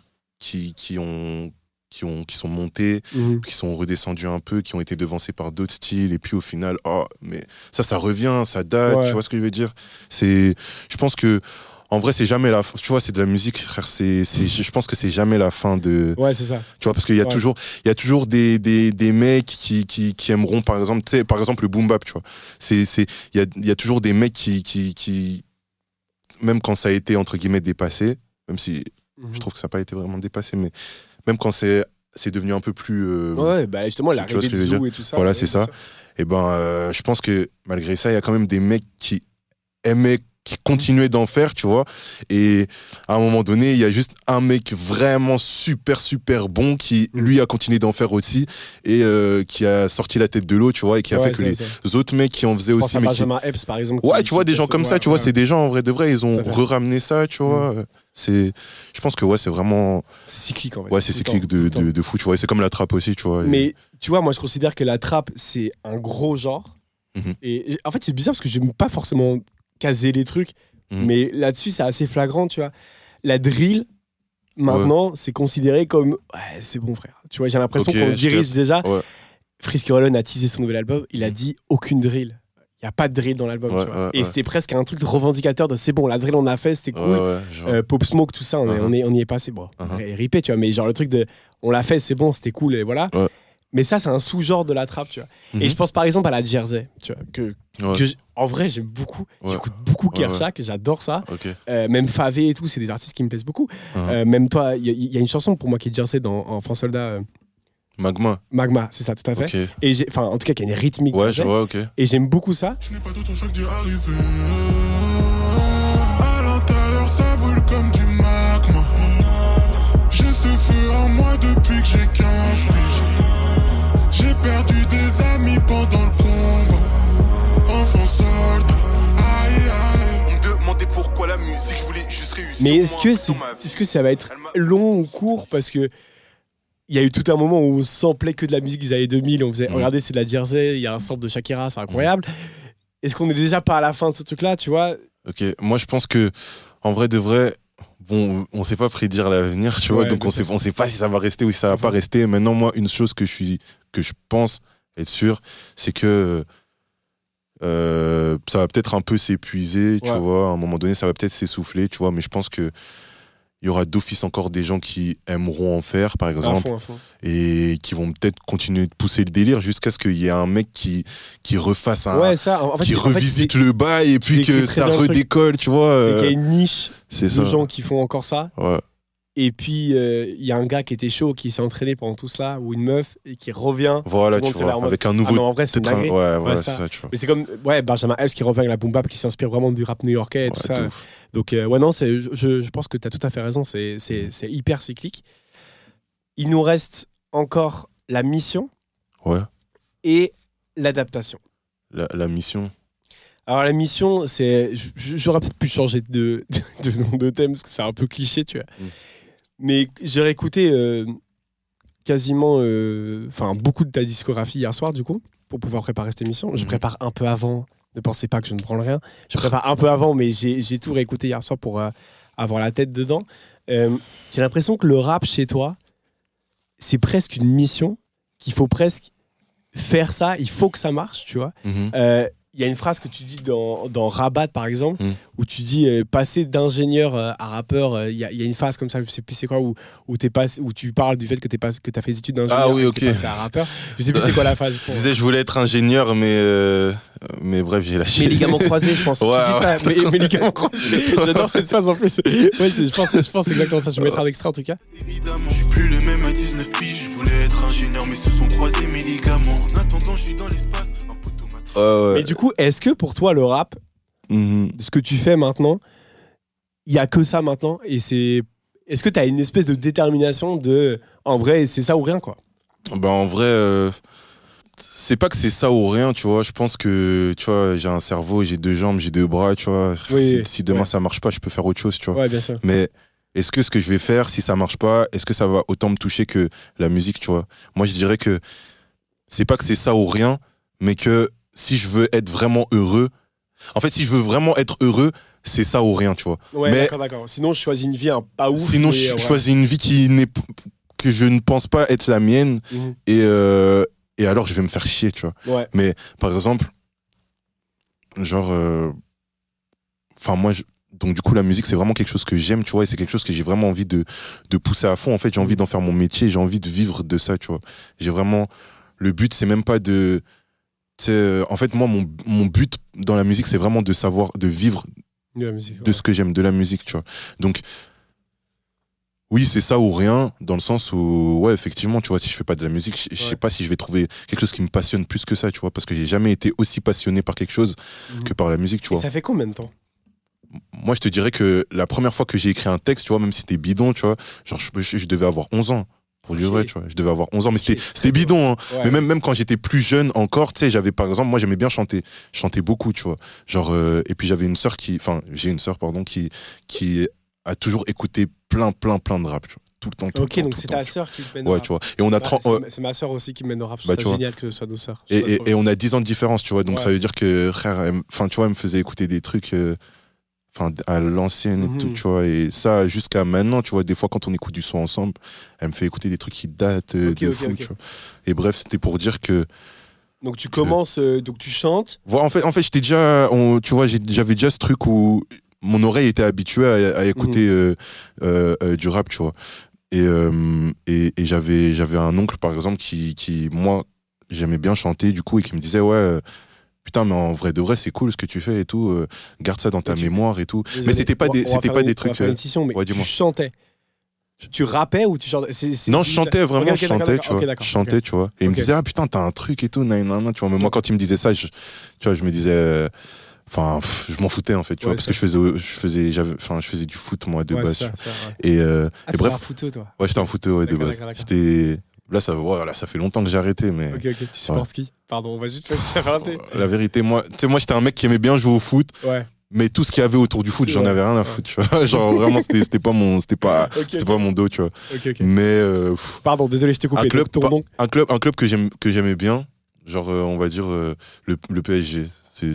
montés, qui sont redescendus un peu, qui ont été devancés par d'autres styles. Et puis au final, mais ça revient, ça date. Tu vois ce que je veux dire ? Je pense que en vrai, c'est jamais la fin. Tu vois, c'est de la musique, frère. Je pense que c'est jamais la fin de. Ouais, c'est ça. Tu vois, parce qu'il y a toujours des mecs qui aimeront, par exemple, tu sais, par exemple, le boom bap, tu vois. Il y a toujours des mecs qui, même quand ça a été, entre guillemets, dépassé, même si je trouve que ça n'a pas été vraiment dépassé, mais même quand c'est devenu un peu plus. Justement, l'arrivée de Zou et tout ça. Voilà, c'est ça. Et je pense que malgré ça, il y a quand même des mecs qui aimaient, qui continuait d'en faire, tu vois. Et à un moment donné, il y a juste un mec vraiment super bon qui, lui, a continué d'en faire aussi et qui a sorti la tête de l'eau, tu vois, et qui a fait que les autres mecs qui en faisaient aussi... Benjamin Epps, par exemple. Ouais, tu vois, des gens comme ça, tu vois, c'est des gens, en vrai de vrai, ils ont re-ramené ça, tu vois. Je pense que, c'est vraiment... C'est cyclique, en fait. Ouais, c'est cyclique de fou, tu vois. Et c'est comme la trappe aussi, tu vois. Mais, tu vois, moi, je considère que la trappe, c'est un gros genre. Et en fait, c'est bizarre parce que j'aime pas forcément caser les trucs, mais là-dessus c'est assez flagrant, tu vois. La drill maintenant c'est considéré comme c'est bon, frère, tu vois. J'ai l'impression qu'on dirige déjà. Frisky Rollon a teasé son nouvel album, il a dit aucune drill, il n'y a pas de drill dans l'album, tu vois. Et c'était presque un truc de revendicateur de c'est bon, la drill on a fait, c'était cool. Pop Smoke, tout ça, on y est passé, bon, ripé, tu vois, mais genre le truc de on l'a fait, c'est bon, c'était cool, et voilà. Mais ça, c'est un sous-genre de la trappe, tu vois. Et je pense par exemple à la Jersey, tu vois, que en vrai, j'aime beaucoup. J'écoute beaucoup Kershak, j'adore ça. Même Favé et tout, c'est des artistes qui me plaisent beaucoup. Même toi, il y a une chanson pour moi qui est Jersey dans Enfant Soldat. Magma, c'est ça, tout à fait. Et en tout cas, qui a une rythmique. Je vois, Et j'aime beaucoup ça. Je n'ai pas d'autre choix que d'y arriver. À l'intérieur, ça brûle comme du magma. J'ai ce feu en moi depuis que j'ai 15 piges. J'ai perdu des amis pendant le combat. Enfant soldat, aïe. On me demandait pourquoi la musique, je voulais juste réussir. Mais est-ce que ça va être long ou court ? Parce que il y a eu tout un moment où on samplait que de la musique des années 2000. On faisait, regardez, c'est de la Jersey, il y a un sample de Shakira, c'est incroyable. Est-ce qu'on est déjà pas à la fin de ce truc-là, tu vois ? Ok, moi je pense que, en vrai de vrai, bon, on sait pas prédire l'avenir, tu vois, donc on sait pas si ça va rester ou si ça va pas rester. Maintenant, moi, une chose que je pense être sûr, c'est que ça va peut-être un peu s'épuiser, tu vois, à un moment donné, ça va peut-être s'essouffler, tu vois, mais je pense que il y aura d'office encore des gens qui aimeront en faire, par exemple, à fond. et qui vont peut-être continuer de pousser le délire jusqu'à ce qu'il y ait un mec qui refasse qui revisite le bail et puis que ça redécolle, tu vois. C'est qu'il y a une niche de gens qui font encore ça. Et puis, il y a un gars qui était chaud, qui s'est entraîné pendant tout cela, ou une meuf, et qui revient. Voilà, tu vois, avec un nouveau... Ah non, en vrai, c'est une dinguerie. Voilà, c'est ça, tu vois. Mais c'est comme Benjamin Epps qui revient avec la boom bap, qui s'inspire vraiment du rap new-yorkais et tout ça. Donc, non, je pense que tu as tout à fait raison, c'est hyper cyclique. Il nous reste encore la mission et l'adaptation. La mission. Alors la mission, c'est... J'aurais peut-être pu changer de nom de thème, parce que c'est un peu cliché, tu vois. Mais j'ai réécouté quasiment beaucoup de ta discographie hier soir, du coup, pour pouvoir préparer cette émission. Je prépare un peu avant, ne pensez pas que je ne branle rien. Je prépare un peu avant, mais j'ai tout réécouté hier soir pour avoir la tête dedans. J'ai l'impression que le rap chez toi, c'est presque une mission, qu'il faut presque faire ça, il faut que ça marche, tu vois. Il y a une phrase que tu dis dans Rabat, par exemple, où tu dis passer d'ingénieur à rappeur. Il y a une phase comme ça, je sais plus c'est quoi, où tu parles du fait que tu as fait des études d'ingénieur. Ah oui, ok. Et passé à rappeur. Je sais plus c'est quoi la phase. Je disais, je voulais être ingénieur, mais bref, j'ai lâché. Mais ligaments croisés, je pense. Tu dis ça, mais ligaments croisés. J'adore cette phase en plus. Ouais, je pense exactement ça. Je vais mettre un extrait en tout cas. Évidemment, je suis plus le même à 19 piges. Je voulais être ingénieur, mais se sont croisés mes ligaments. En attendant, je suis dans l'espace. Mais du coup, est-ce que pour toi, le rap, ce que tu fais maintenant, il n'y a que ça maintenant et est-ce que tu as une espèce de détermination de... En vrai, c'est ça ou rien, quoi? En vrai, c'est pas que c'est ça ou rien, tu vois. Je pense que, tu vois, j'ai un cerveau, j'ai 2 jambes, j'ai 2 bras, tu vois. Si demain ça marche pas, je peux faire autre chose, tu vois. Ouais, bien sûr. Mais est-ce que ce que je vais faire, si ça marche pas, est-ce que ça va autant me toucher que la musique, tu vois? Moi, je dirais que c'est pas que c'est ça ou rien, mais que si je veux être vraiment heureux, en fait, si je veux vraiment être heureux, c'est ça ou rien, tu vois. Ouais, mais d'accord. Sinon, je choisis une vie pas ouf. Sinon, je choisis une vie que je ne pense pas être la mienne. Et alors, je vais me faire chier, tu vois. Ouais. Mais, par exemple, genre... moi, donc du coup, la musique, c'est vraiment quelque chose que j'aime, tu vois, et c'est quelque chose que j'ai vraiment envie de pousser à fond. En fait, j'ai envie d'en faire mon métier, j'ai envie de vivre de ça, tu vois. J'ai vraiment... Le but, c'est même pas de... en fait, moi, mon but dans la musique, c'est vraiment de vivre de ce que j'aime, de la musique, tu vois. Donc, oui, c'est ça ou rien, dans le sens où, ouais, effectivement, tu vois, si je fais pas de la musique, je sais pas si je vais trouver quelque chose qui me passionne plus que ça, tu vois, parce que j'ai jamais été aussi passionné par quelque chose que par la musique, tu vois. Et ça fait combien de temps? Moi, je te dirais que la première fois que j'ai écrit un texte, tu vois, même si c'était bidon, tu vois, genre, je devais avoir 11 ans. Pour du vrai, tu vois. Je devais avoir 11 ans, mais c'était bidon, hein. Ouais. Mais même quand j'étais plus jeune encore, tu sais, j'avais, par exemple, moi, j'aimais bien chanter. Je chantais beaucoup, tu vois. Genre, et puis j'avais une sœur qui a toujours écouté plein de rap, tu vois. Tout le temps, ok, donc c'est ta sœur qui te mène au rap. Ouais, tu vois. Et on a c'est ma sœur aussi qui me mène au rap. C'est génial que ce soit nos sœurs. Et on a 10 ans de différence, tu vois. Donc ça veut dire que, frère, tu vois, elle me faisait écouter des trucs... à l'ancienne et tout, tu vois, et ça jusqu'à maintenant, tu vois, des fois quand on écoute du son ensemble, elle me fait écouter des trucs qui datent de fou, tu vois. Et bref, c'était pour dire que... Donc tu commences, donc tu chantes. En fait j'étais déjà, tu vois, j'avais déjà ce truc où mon oreille était habituée à écouter du rap, tu vois. Et j'avais un oncle, par exemple, qui moi, j'aimais bien chanter, du coup, et qui me disait, ouais... Putain, mais en vrai de vrai, c'est cool ce que tu fais et tout. Garde ça dans ta mémoire et tout. Désolé, mais c'était pas des trucs. Mais tu chantais. Tu rappais ou tu chantais? Non, je chantais vraiment, je chantais, tu vois. Je chantais, tu vois. Et il me disait, ah putain, t'as un truc et tout, nan, tu vois. Mais moi, quand il me disait ça, tu vois, je me disais. Enfin, je m'en foutais en fait, tu vois, parce que je faisais du foot moi de base. Et bref. Un footeux, toi. Ouais, j'étais un footeux de base. J'étais. Là, ça fait longtemps que j'ai arrêté, mais... Ok, tu supportes qui? Pardon, on va juste faire arrêter. La vérité, moi, j'étais un mec qui aimait bien jouer au foot, mais tout ce qu'il y avait autour du foot, j'en avais rien à foutre, tu vois. Genre, vraiment, c'était pas mon dos, tu vois. Mais... Pardon, désolé, je t'ai coupé. Un club que j'aimais bien, genre, on va dire, le PSG. C'est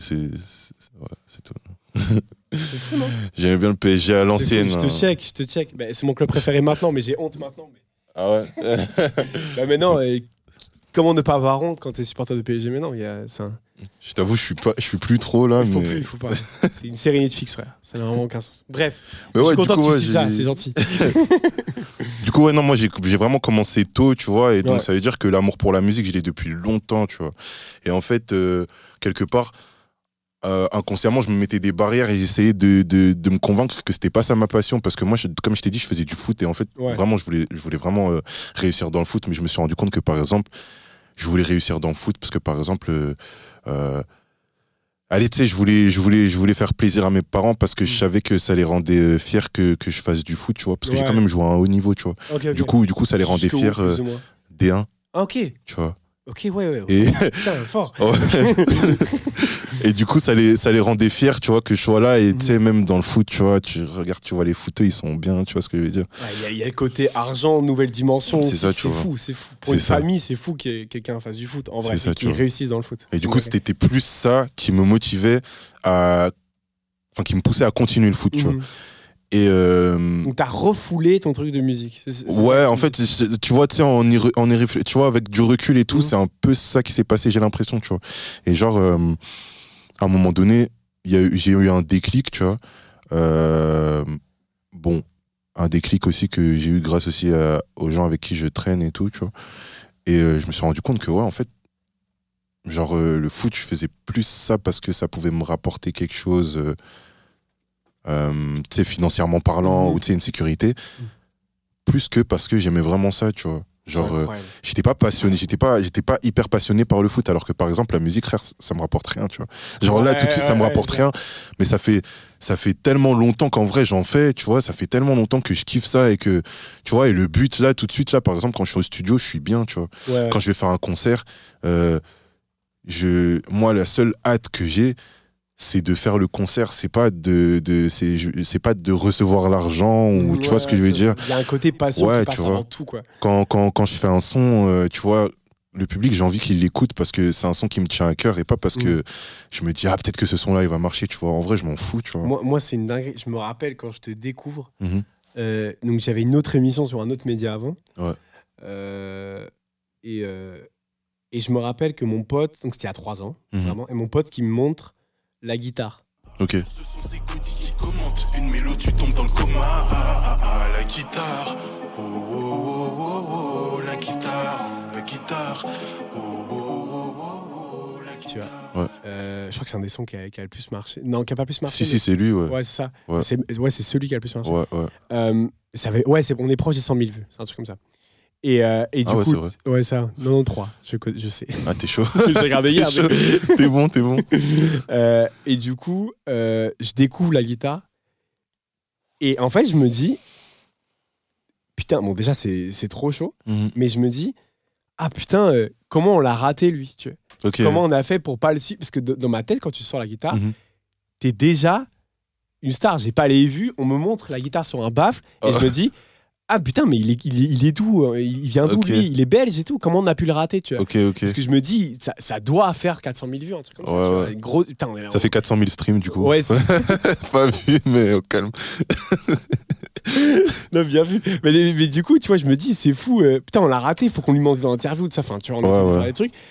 tout. J'aimais bien le PSG à l'ancienne. Je te check. Bah, c'est mon club préféré maintenant, mais j'ai honte maintenant. Ah ouais. Bah mais non, comment ne pas avoir honte quand t'es supporter de PSG? Mais non, je t'avoue, je suis plus trop là. Il faut pas. C'est une série Netflix, frère. Ça n'a vraiment aucun sens. Bref, mais je suis content que tu dises ça, c'est gentil. Du coup, non, moi j'ai vraiment commencé tôt, tu vois, et donc ça veut dire que l'amour pour la musique, je l'ai depuis longtemps, tu vois. Et en fait, quelque part, inconsciemment, je me mettais des barrières et j'essayais de me convaincre que c'était pas ça ma passion, parce que moi, comme je t'ai dit, je faisais du foot et en fait, vraiment, je voulais vraiment réussir dans le foot, mais je me suis rendu compte que, par exemple, je voulais réussir dans le foot parce que, par exemple, allez, tu sais, je voulais faire plaisir à mes parents parce que je savais que ça les rendait fiers que je fasse du foot, tu vois, parce que j'ai quand même joué à un haut niveau, tu vois. Du coup, ça les rendait fiers D1. Ah, ok. Tu vois. Ok, ouais. Et... Putain, fort. Et du coup, ça les rendait fiers, tu vois, que je sois là. Et tu sais, même dans le foot, tu vois, tu vois les footeux, ils sont bien, tu vois ce que je veux dire. Il y a le côté argent, nouvelle dimension. C'est ça, tu vois. C'est fou. Pour une famille, c'est fou que quelqu'un fasse du foot. En vrai, qu'il réussisse dans le foot. Et du coup, c'était plus ça qui me motivait qui me poussait à continuer le foot, tu vois. Et donc t'as refoulé ton truc de musique. Ouais, en fait, tu vois, tu sais, tu vois, avec du recul et tout, c'est un peu ça qui s'est passé, j'ai l'impression, tu vois. Et genre, à un moment donné, j'ai eu un déclic, tu vois. Un déclic aussi que j'ai eu grâce aussi aux gens avec qui je traîne et tout, tu vois. Et je me suis rendu compte que, ouais, en fait, genre, le foot, je faisais plus ça parce que ça pouvait me rapporter quelque chose... tu sais, financièrement parlant, ou tu sais, une sécurité, plus que parce que j'aimais vraiment ça, tu vois. Genre, j'étais pas passionné, j'étais pas hyper passionné par le foot, alors que par exemple, la musique, frère, ça me rapporte rien, tu vois. Genre là, tout de suite, ça me rapporte rien, mais ça fait tellement longtemps qu'en vrai, j'en fais, tu vois, ça fait tellement longtemps que je kiffe ça et que, tu vois, et le but, là, tout de suite, là, par exemple, quand je suis au studio, je suis bien, tu vois. Quand je vais faire un concert, moi, la seule hâte que j'ai, c'est de faire le concert. C'est pas c'est pas de recevoir l'argent ou tu vois ce que je veux dire. Il y a un côté passion qui passe avant tout, quoi. Quand je fais un son, tu vois, le public, j'ai envie qu'il l'écoute parce que c'est un son qui me tient à cœur et pas parce que je me dis peut-être que ce son-là il va marcher, tu vois. En vrai, je m'en fous, tu vois. Moi, c'est une dinguerie. Je me rappelle quand je te découvre. Donc j'avais une autre émission sur un autre média avant. Et je me rappelle que mon pote, donc c'était il y a 3 ans, vraiment, et mon pote qui me montre la guitare. Ok. Ce sont ces godis qui commentent. Une mélodie, tu tombes dans le coma. La guitare. Oh, oh, oh, oh, oh, la guitare. La guitare. Oh, oh, oh, oh, oh, la guitare. Tu vois. Je crois que c'est un des sons qui a le plus marché. Non, qui a pas le plus marché. Si, c'est lui, ouais. Ouais, c'est ça. Ouais. C'est celui qui a le plus marché. Ouais. On est proche des 100 000 vues. C'est un truc comme ça. Et du coup, c'est vrai. Ouais, ça. 93, je sais. Ah, t'es chaud. J'ai regardé hier. T'es bon. Et du coup, je découvre la guitare. Et en fait, je me dis, putain, bon, déjà, c'est trop chaud. Mais je me dis, putain, comment on l'a raté, lui, tu vois. Okay. Comment on a fait pour pas le suivre. Parce que dans ma tête, quand tu sors la guitare, t'es déjà une star. J'ai pas les vues. On me montre la guitare sur un baffle. Et je me dis, putain, mais il est d'où? Il vient d'où, lui? Il est belge et tout. Comment on a pu le rater, tu vois? Parce que je me dis, ça doit faire 400 000 vues, un truc comme ça. Tu vois. Gros, putain, on est là, ça fait 400 000 streams, du coup. Ouais, pas vu, mais au calme. Non, bien vu. Mais du coup, tu vois, je me dis, c'est fou. Putain, on l'a raté. Il faut qu'on lui demande dans l'interview, tout ça. Enfin, tu vois, on essaie de faire des trucs.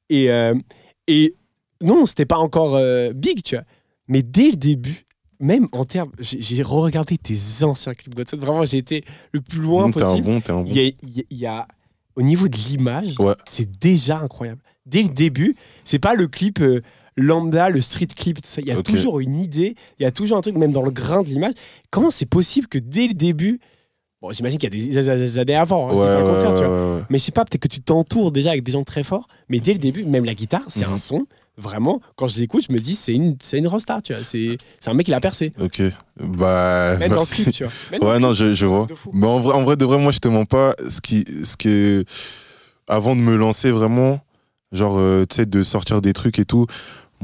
Et non, c'était pas encore big, tu vois. Mais dès le début, même en termes, j'ai re-regardé tes anciens clips Godson. Vraiment, j'ai été le plus loin possible. T'es un bon. Il y a au niveau de l'image, c'est déjà incroyable. Dès le début, c'est pas le clip lambda, le street clip, tout ça. Il y a toujours une idée, il y a toujours un truc, même dans le grain de l'image. Comment c'est possible que dès le début, bon, j'imagine qu'il y a des années avant, tu vois. Mais je sais pas, peut-être que tu t'entoures déjà avec des gens très forts, mais dès le début, même la guitare, c'est un son. Vraiment, quand je l'écoute, je me dis c'est une rockstar, tu vois. C'est un mec qui l'a percé. Ok. Bah. Même dans le clip, tu vois. Non, je vois. Mais en vrai de vrai, moi, je te mens pas. Ce que avant de me lancer vraiment, genre, tu sais, de sortir des trucs et tout.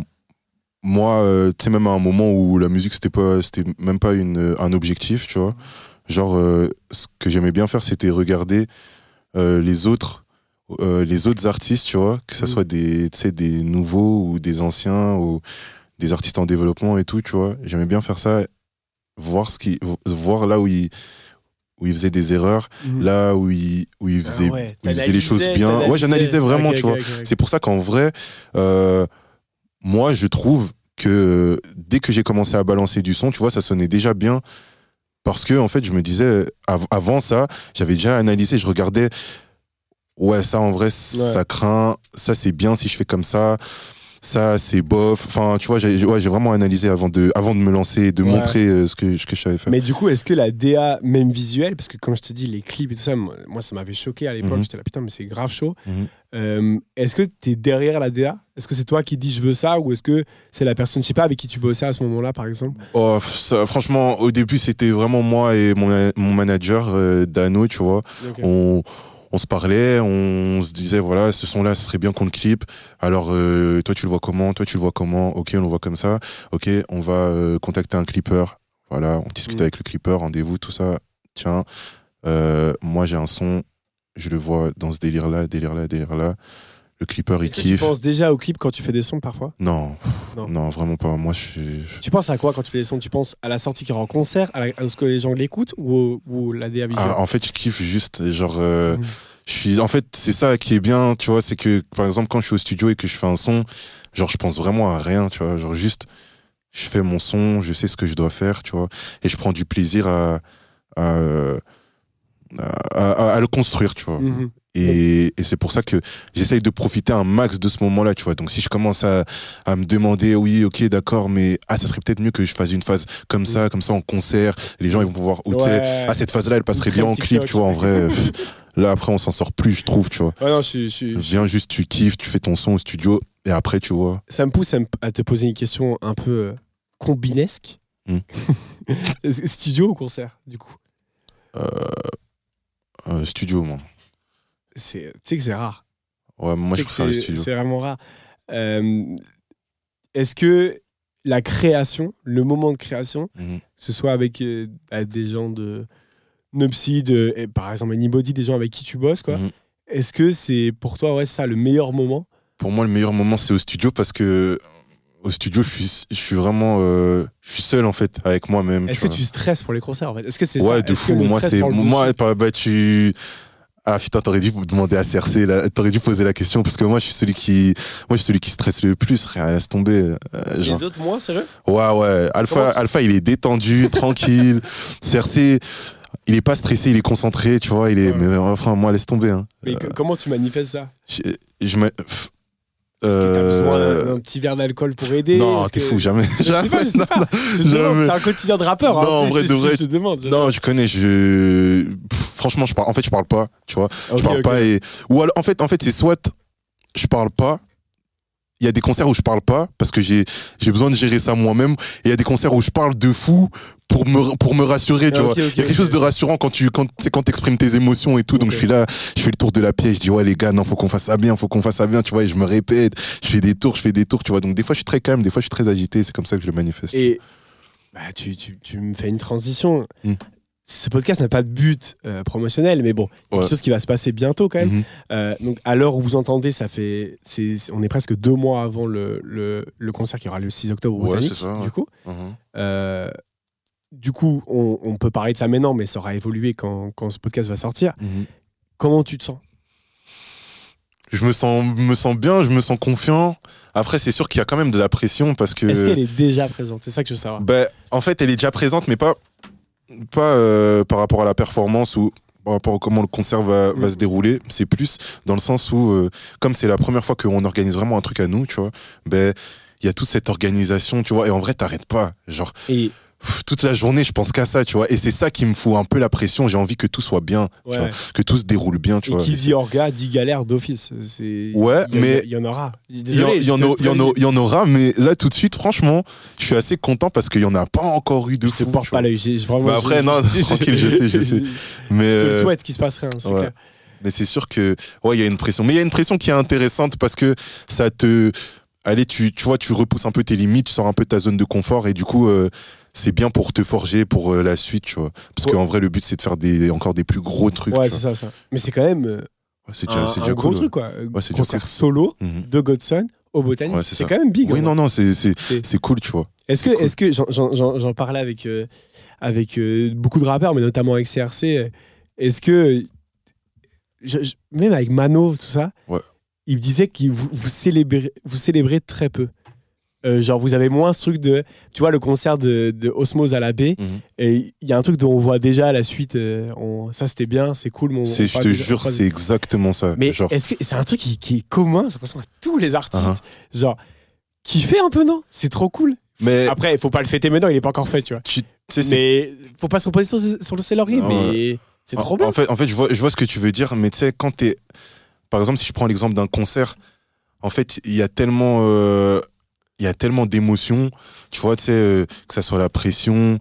Moi, tu sais, même à un moment où la musique c'était même pas un objectif, tu vois. Genre, ce que j'aimais bien faire, c'était regarder les autres artistes, tu vois, que ça soit des nouveaux ou des anciens ou des artistes en développement et tout, tu vois. J'aimais bien faire ça, voir là où ils faisaient des erreurs, là où ils faisaient les choses bien. Ouais, j'analysais vraiment, tu vois. C'est pour ça qu'en vrai, moi, je trouve que dès que j'ai commencé à balancer du son, tu vois, ça sonnait déjà bien. Parce que, en fait, je me disais, avant ça, j'avais déjà analysé, je regardais. Ouais, ça en vrai, ça craint. Ça, c'est bien si je fais comme ça. Ça, c'est bof. Enfin, tu vois, j'ai vraiment analysé avant de me lancer, de montrer ce que je savais faire. Mais du coup, est-ce que la DA, même visuelle, parce que comme je te dis, les clips et tout ça, moi ça m'avait choqué à l'époque. J'étais là, putain, mais c'est grave chaud. Est-ce que t'es derrière la DA? Est-ce que c'est toi qui dis je veux ça? Ou est-ce que c'est la personne, je sais pas, avec qui tu bossais à ce moment-là, par exemple? Franchement, au début, c'était vraiment moi et mon manager, Dano, tu vois. On se parlait, on se disait, voilà, ce son-là, ce serait bien qu'on le clip. Alors, toi, tu le vois comment? Toi, tu le vois comment? Ok, on le voit comme ça. Ok, on va contacter un clipper. Voilà, on discute avec le clipper, rendez-vous, tout ça. Tiens, moi, j'ai un son, je le vois dans ce délire-là. Le clipper, il kiffe. Tu penses déjà au clip quand tu fais des sons, parfois? Non, vraiment pas. Moi, Tu penses à quoi quand tu fais des sons? Tu penses à la sortie qui est en concert, à ce que les gens l'écoutent ou la DA visuelle? En fait, je kiffe juste, genre... en fait, c'est ça qui est bien, tu vois, c'est que, par exemple, quand je suis au studio et que je fais un son, genre, je pense vraiment à rien, tu vois, genre, juste, je fais mon son, je sais ce que je dois faire, tu vois, et je prends du plaisir à le construire, tu vois. Et c'est pour ça que j'essaye de profiter un max de ce moment-là, tu vois. Donc si je commence à me demander, oui, ok, d'accord, mais ça serait peut-être mieux que je fasse une phase comme ça en concert, les gens ils vont pouvoir, cette phase-là, elle passerait bien en clip, tu vois, en vrai. Là, après, on s'en sort plus, je trouve, tu vois. Viens juste, tu kiffes, tu fais ton son au studio, et après, tu vois. Ça me pousse à te poser une question un peu combinesque. Studio ou concert, du coup? Studio, moi. Tu sais que c'est rare. Ouais, moi, je préfère le studio. C'est vraiment rare. Est-ce que la création, le moment de création, que ce soit avec des gens de Nupsi, par exemple Anybody, des gens avec qui tu bosses, quoi, est-ce que c'est pour toi ça le meilleur moment? Pour moi, le meilleur moment, c'est au studio parce que au studio, je suis vraiment je suis seul en fait avec moi-même. Est-ce que tu stresses pour les concerts en fait? Est-ce que c'est ouais, ça? de fou. Moi, tu. Ah putain, t'aurais dû demander à CRC, t'aurais dû poser la question parce que moi je suis celui qui stresse le plus, rien, laisse tomber. Les autres, moi, sérieux? Ouais. Alpha, il est détendu, tranquille. CRC, il est pas stressé, il est concentré, tu vois. Mais enfin, moi, laisse tomber. Hein. Mais comment tu manifestes ça? Est-ce que t'as besoin d'un petit verre d'alcool pour aider? Non, t'es fou, jamais. Je sais pas. C'est un quotidien de rappeur. Non, en vrai, de vrai. Je demande. Non, je connais. Franchement, je parle pas, tu vois. Je parle pas ou alors, en fait, c'est soit je parle pas. Il y a des concerts où je parle pas parce que j'ai besoin de gérer ça moi-même. Et il y a des concerts où je parle de fou pour me rassurer, tu vois. Il y a quelque chose de rassurant quand t'exprimes tes émotions et tout. Donc je suis là, je fais le tour de la pièce, je dis ouais les gars, non, faut qu'on fasse ça bien, tu vois. Et je me répète, je fais des tours, tu vois. Donc des fois je suis très calme, des fois je suis très agité. C'est comme ça que je le manifeste. Et tu me fais une transition. Ce podcast n'a pas de but promotionnel, mais bon, quelque chose qui va se passer bientôt quand même. Donc à l'heure où vous entendez, on est presque 2 mois avant le concert qui aura le 6 octobre au Botanique, c'est ça, du coup. Du coup, on peut parler de ça maintenant, mais ça aura évolué quand ce podcast va sortir. Comment tu te sens? Je me sens bien, je me sens confiant. Après, c'est sûr qu'il y a quand même de la pression parce que... Est-ce qu'elle est déjà présente? C'est ça que je veux savoir. En fait, elle est déjà présente, mais pas par rapport à la performance ou par rapport à comment le concert va se dérouler. C'est plus dans le sens où, comme c'est la première fois qu'on organise vraiment un truc à nous, tu vois, il y a toute cette organisation, tu vois, et en vrai, t'arrêtes pas. Genre, toute la journée, je pense qu'à ça, tu vois, et c'est ça qui me fout un peu la pression. J'ai envie que tout soit bien, tu vois, que tout se déroule bien, tu vois. Et qui dit orga, dit galère d'office. Mais il y en aura. Désolé, il y en aura, mais là, tout de suite, franchement, je suis assez content parce qu'il y en a pas encore eu de fou. Je te porte pas l'œil. Après, non, tranquille, je sais. Mais je te le souhaite qu'il se passe rien, c'est clair. Mais c'est sûr que, il y a une pression. Mais il y a une pression qui est intéressante parce que ça te... Allez, tu vois, tu repousses un peu tes limites, tu sors un peu de ta zone de confort et du coup... c'est bien pour te forger pour la suite, tu vois. Parce qu'en vrai, le but, c'est de faire encore des plus gros trucs. Ouais, c'est ça. Mais c'est quand même c'est déjà gros cool, truc, quoi. Concert solo de Godson au Botanique. Ouais, c'est quand même big. Oui, non, c'est cool, tu vois. Est-ce que j'en parlais avec beaucoup de rappeurs, mais notamment avec CRC, est-ce que... même avec Mano, tout ça, il me disait que vous célébrez très peu. Genre vous avez moins ce truc de, tu vois, le concert de Osmose à la baie, et il y a un truc dont on voit déjà la suite, ça c'était bien, c'est cool, je te jure, c'est exactement ça. Mais est-ce que c'est un truc qui est commun, j'ai l'impression, à tous les artistes, genre kiffer un peu, non? C'est trop cool. Mais après, il faut pas le fêter maintenant, il est pas encore fait, tu vois. Mais faut pas se reposer sur ses lauriers, mais c'est trop bien. En fait, je vois ce que tu veux dire, mais tu sais, quand t'es, par exemple, si je prends l'exemple d'un concert, en fait, il y a tellement d'émotions, tu vois, tu sais, que ça soit la pression,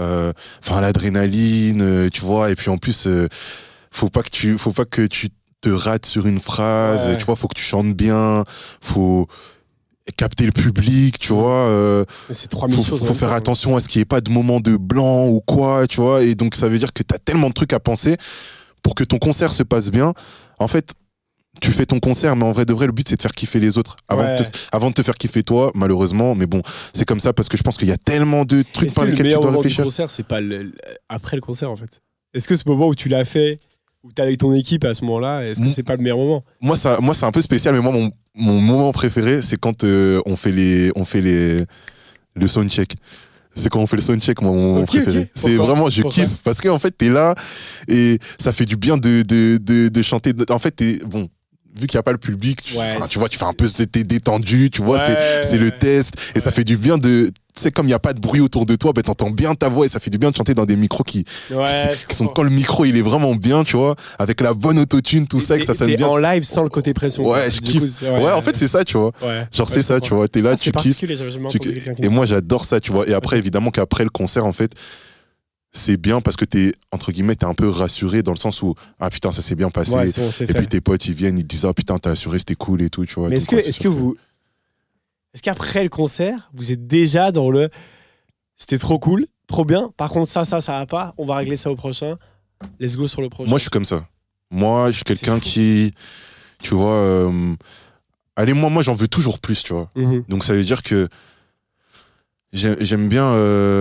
l'adrénaline, tu vois, et puis en plus, faut pas que tu te rates sur une phrase, tu vois, faut que tu chantes bien, faut capter le public, tu vois, c'est 3000 choses. Faut faire attention à ce qu'il n'y ait pas de moment de blanc ou quoi, tu vois, et donc ça veut dire que t'as tellement de trucs à penser pour que ton concert se passe bien. En fait, tu fais ton concert, mais en vrai de vrai, le but c'est de faire kiffer les autres avant de te faire kiffer toi, malheureusement. Mais bon, c'est comme ça parce que je pense qu'il y a tellement de trucs par lesquels tu dois réfléchir. Le meilleur concert, c'est pas après le concert en fait. Est-ce que ce moment où tu l'as fait, où t'es avec ton équipe à ce moment-là, est-ce que c'est pas le meilleur moment? Moi c'est un peu spécial, mais moi mon moment préféré, c'est quand on fait le soundcheck. C'est quand on fait le soundcheck, mon préféré. C'est vraiment, je kiffe parce qu'en fait t'es là et ça fait du bien de chanter. En fait vu qu'il n'y a pas le public, tu vois, tu fais un peu, t'es détendu, tu vois, c'est le test, et ça fait du bien tu sais, comme il n'y a pas de bruit autour de toi, t'entends bien ta voix, et ça fait du bien de chanter dans des micros qui sont, quand le micro, il est vraiment bien, tu vois, avec la bonne autotune, tout ça, que ça sonne bien. En live, sans le côté pression. Ouais, je kiffe. En fait, c'est ça, tu vois. Genre, c'est ça, tu vois, t'es là, tu kiffes. Et moi, j'adore ça, tu vois. Et après, évidemment, qu'après le concert, en fait, c'est bien parce que t'es, entre guillemets, t'es un peu rassuré dans le sens où, ah putain, ça s'est bien passé. Et puis tes potes, ils viennent, ils te disent, ah putain, t'as assuré, c'était cool et tout, tu vois. Mais est-ce que vous, est-ce qu'après le concert, vous êtes déjà dans le c'était trop cool, trop bien, par contre ça va pas, on va régler ça au prochain, let's go sur le prochain. Moi, je suis comme ça. Moi, je suis quelqu'un qui, tu vois, allez, moi, j'en veux toujours plus, tu vois. Donc, ça veut dire que j'aime bien,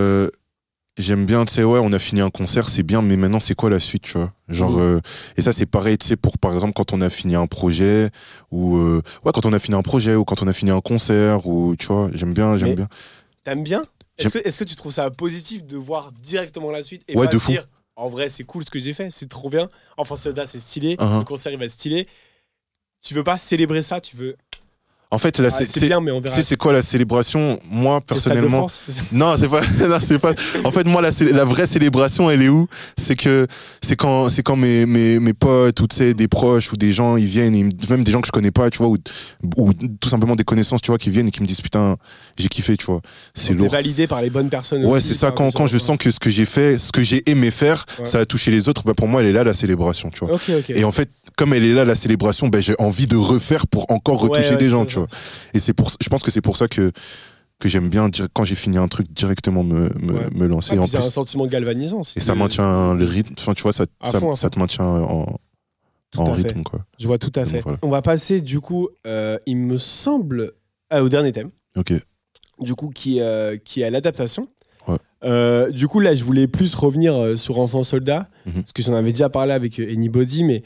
tu sais, ouais, on a fini un concert, c'est bien, mais maintenant, c'est quoi la suite, tu vois. Genre, et ça, c'est pareil, tu sais, pour, par exemple, quand on a fini un projet, ou, quand on a fini un projet, ou quand on a fini un concert, ou, tu vois, j'aime bien. T'aimes bien ? Est-ce que tu trouves ça positif de voir directement la suite et ouais, pas de te fou. dire en vrai c'est cool ce que j'ai fait, c'est trop bien, Enfants Soldats c'est stylé, le concert il va être stylé, tu veux pas célébrer ça, tu veux... En fait, là, c'est bien, mais on verra. C'est quoi la célébration ? Moi, personnellement, non, c'est pas. En fait, moi, la vraie célébration, elle est où ? C'est quand mes potes ou tu sais des proches ou des gens, ils viennent, même des gens que je connais pas, tu vois, ou tout simplement des connaissances, tu vois, qui viennent et qui me disent putain, j'ai kiffé, tu vois. C'est lourd. Validé par les bonnes personnes. Ouais, aussi, c'est ça. Quand je sens que ce que j'ai fait, ce que j'ai aimé faire, ça a touché les autres. Bah pour moi, elle est là la célébration, tu vois. Okay. Et en fait, comme elle est là la célébration, bah, j'ai envie de refaire pour encore retoucher des gens, tu vois. Et je pense que c'est pour ça que j'aime bien quand j'ai fini un truc directement me lancer. En plus, c'est un sentiment galvanisant. Et ça maintient le rythme. Enfin, tu vois, ça te maintient en rythme, quoi. Je vois tout à fait. Voilà. On va passer du coup, il me semble, au dernier thème. Ok. Du coup, qui est l'adaptation. Ouais. Du coup, là, je voulais plus revenir sur Enfants Soldats, parce que j'en avais déjà parlé avec Anybody, mais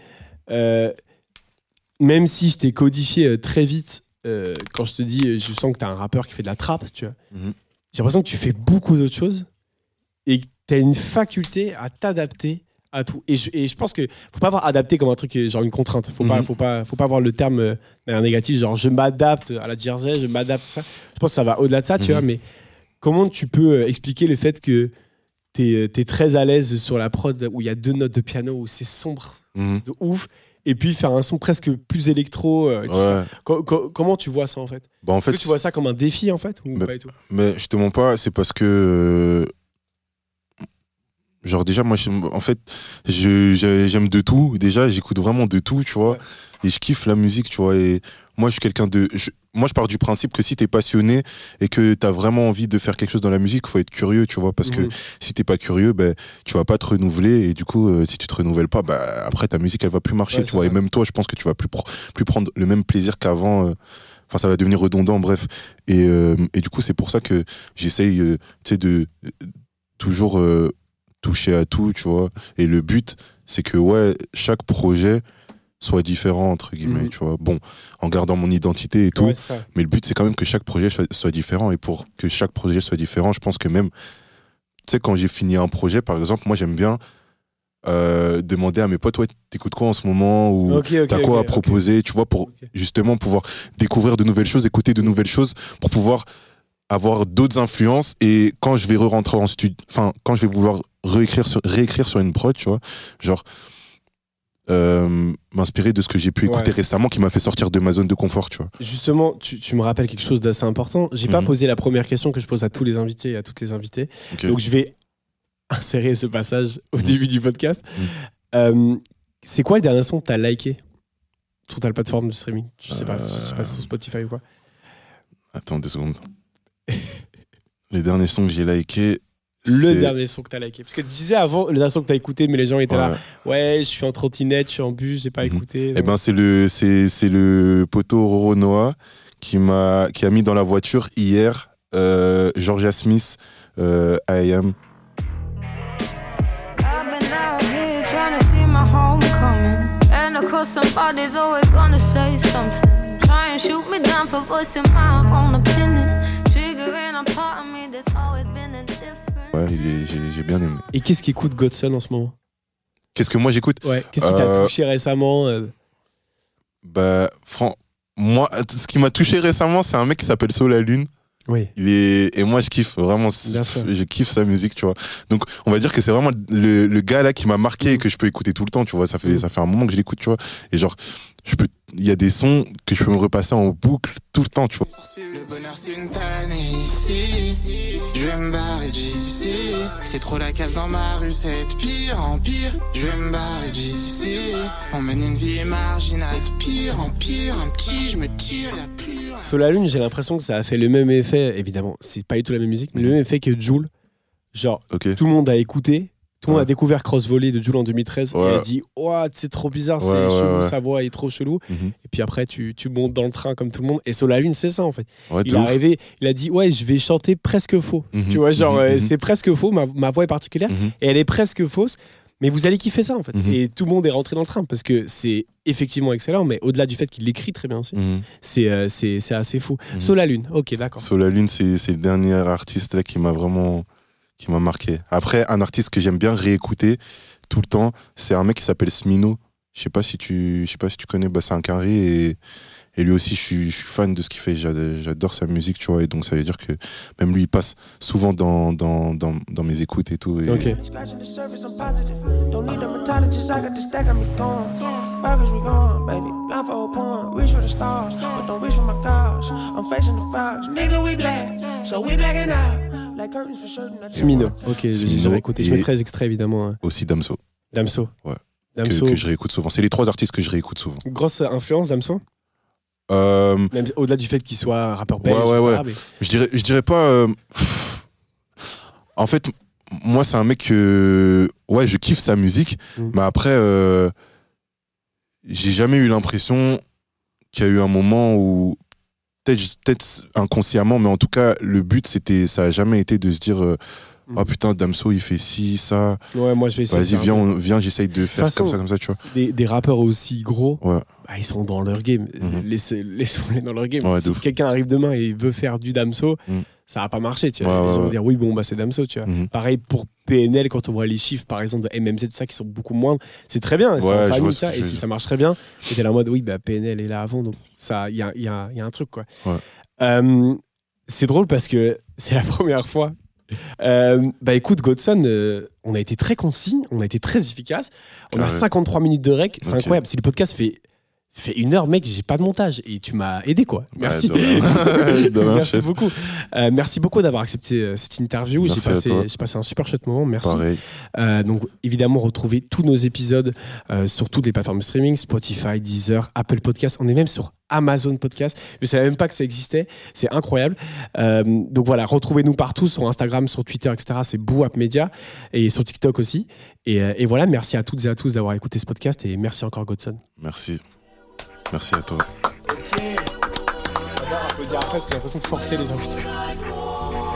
même si je t'ai codifié très vite, quand je te dis, je sens que t'es un rappeur qui fait de la trappe, tu vois. J'ai l'impression que tu fais beaucoup d'autres choses et que t'as une faculté à t'adapter à tout. Et je pense que faut pas voir adapté comme un truc, genre une contrainte. Faut pas voir le terme négatif, genre je m'adapte à la Jersey, je m'adapte à ça. Je pense que ça va au-delà de ça, tu vois, mais comment tu peux expliquer le fait que t'es très à l'aise sur la prod où il y a 2 notes de piano, où c'est sombre de ouf, et puis faire un son presque plus électro, et tout ça. Comment tu vois ça en fait ? Est-ce que tu vois ça comme un défi en fait, ou pas du tout ? Mais je te mens pas, c'est parce que genre déjà moi en fait j'aime de tout, déjà j'écoute vraiment de tout, tu vois, et je kiffe la musique, tu vois, et moi je suis quelqu'un de moi je pars du principe que si t'es passionné et que t'as vraiment envie de faire quelque chose dans la musique, faut être curieux, tu vois, parce que si t'es pas curieux, ben tu vas pas te renouveler, et du coup si tu te renouvelles pas, bah après ta musique elle va plus marcher, tu vois, et même toi je pense que tu vas plus prendre le même plaisir qu'avant, enfin ça va devenir redondant, bref, et du coup c'est pour ça que j'essaye tu sais de toujours toucher à tout, tu vois, et le but c'est que chaque projet soit différent entre guillemets, tu vois, bon, en gardant mon identité et tout, mais le but c'est quand même que chaque projet soit différent, et pour que chaque projet soit différent, je pense que même, tu sais, quand j'ai fini un projet par exemple, moi j'aime bien demander à mes potes, t'écoutes quoi en ce moment, ou t'as quoi à proposer, tu vois, pour justement pouvoir découvrir de nouvelles choses, écouter de nouvelles choses, pour pouvoir avoir d'autres influences, et quand je vais rentrer en studio, enfin quand je vais vouloir réécrire sur une prod, tu vois, genre m'inspirer de ce que j'ai pu écouter récemment, qui m'a fait sortir de ma zone de confort, tu vois. Justement, tu me rappelles quelque chose d'assez important. J'ai pas posé la première question que je pose à tous les invités et à toutes les invitées, donc je vais insérer ce passage au début du podcast. C'est quoi le dernier son que t'as liké sur ta plateforme de streaming ? Je sais pas sur Spotify ou quoi. Attends 2 secondes. Les derniers sons que j'ai likés. Le dernier son que t'as liké. Parce que tu disais avant, le dernier son que t'as écouté, mais les gens étaient là. Ouais, je suis en trottinette, je suis en bus, j'ai pas écouté. Eh ben, c'est le poteau Roro Noah qui a mis dans la voiture hier Georgia Smith, I Am. Somebody's always gonna say something. Try and shoot me down for voicing my own opinion. Triggering a part of me that's always been indifferent. Ouais, j'ai bien aimé. Et qu'est-ce qu'écoute Godson en ce moment ? Qu'est-ce que moi j'écoute ? Ouais, qu'est-ce qui t'a touché récemment ? Bah, moi, ce qui m'a touché récemment, c'est un mec qui s'appelle So La Lune. Oui. Et moi je kiffe vraiment, je kiffe sa musique, tu vois. Donc on va dire que c'est vraiment le gars là qui m'a marqué et que je peux écouter tout le temps, tu vois. Ça fait un moment que je l'écoute, tu vois. Et genre y a des sons que je peux me repasser en boucle tout le temps, tu vois. Le bonheur c'est une tannée ici. Je vais me barrer d'ici. C'est trop la casse dans ma rue, c'est de pire en pire. Je vais me barrer d'ici. On mène une vie marginale, de pire en pire. Un petit, je me tire, y'a plus. Sur la lune, j'ai l'impression que ça a fait le même effet. Évidemment, c'est pas du tout la même musique, mais le même effet que Jul. Genre, tout le monde a écouté. Tout le monde a découvert Cross Volley de Jul en 2013 et a dit oh, c'est trop bizarre, c'est chelou, sa voix est trop chelou. Et puis après, tu montes dans le train comme tout le monde. Et sur la lune, c'est ça en fait. Il est arrivé, il a dit ouais, je vais chanter presque faux. Tu vois, genre, c'est presque faux, ma voix est particulière et elle est presque fausse. Mais vous allez kiffer ça en fait. Et tout le monde est rentré dans le train parce que c'est effectivement excellent, mais au-delà du fait qu'il l'écrit très bien aussi, c'est assez fou. Sur la lune, ok, d'accord. Sur la lune, c'est le dernier artiste là qui m'a marqué. Après, un artiste que j'aime bien réécouter tout le temps, c'est un mec qui s'appelle Smino. Je sais pas si tu connais, c'est un carré et lui aussi je suis fan de ce qu'il fait, j'adore sa musique, tu vois, et donc ça veut dire que même lui il passe souvent dans mes écoutes et tout. Et... Ok. Smino, ok, j'ai écouté. Je mettrai les extraits évidemment. Aussi Damso. Ouais. Que je réécoute souvent. C'est les 3 artistes que je réécoute souvent. Grosse influence, Damso. Même au-delà du fait qu'il soit rappeur belge, ouais. Mais... Je dirais pas. En fait, moi, c'est un mec que. Ouais, je kiffe sa musique, mais après, j'ai jamais eu l'impression qu'il y a eu un moment où. Peut-être inconsciemment, mais en tout cas, le but, ça a jamais été de se dire. Ah putain, Damso il fait ci, ça. Ouais, moi je vais essayer. Vas-y, viens, j'essaye de faire comme ça, tu vois. Des rappeurs aussi gros, ils sont dans leur game. Laissons-les dans leur game. Si quelqu'un arrive demain et veut faire du Damso, ça va pas marcher, tu vois. Les gens vont dire oui, bon, c'est Damso, tu vois. Pareil pour PNL, quand on voit les chiffres, par exemple, de MMZ, ça, qui sont beaucoup moindres, c'est très bien. C'est en famille, ça. Et si ça marche très bien, t'es là en mode oui, PNL est là avant, donc il y a un truc, quoi. C'est drôle parce que c'est la première fois. Écoute, Godson, on a été très concis, on a été très efficace. On a 53 minutes de rec, c'est incroyable. Si le podcast fait 1 heure, mec, j'ai pas de montage et tu m'as aidé, quoi. Merci. Merci beaucoup. Merci beaucoup d'avoir accepté cette interview. J'ai passé un super chouette moment. Merci. Donc, évidemment, retrouvez tous nos épisodes sur toutes les plateformes de streaming, Spotify, Deezer, Apple Podcasts. On est même sur Amazon Podcast. Je savais même pas que ça existait. C'est incroyable. Donc voilà, retrouvez-nous partout sur Instagram, sur Twitter, etc. C'est Bouap Media et sur TikTok aussi. Et voilà, merci à toutes et à tous d'avoir écouté ce podcast et merci encore, Godson. Merci à toi. Ok. On peut dire après parce que j'ai l'impression de forcer les invités.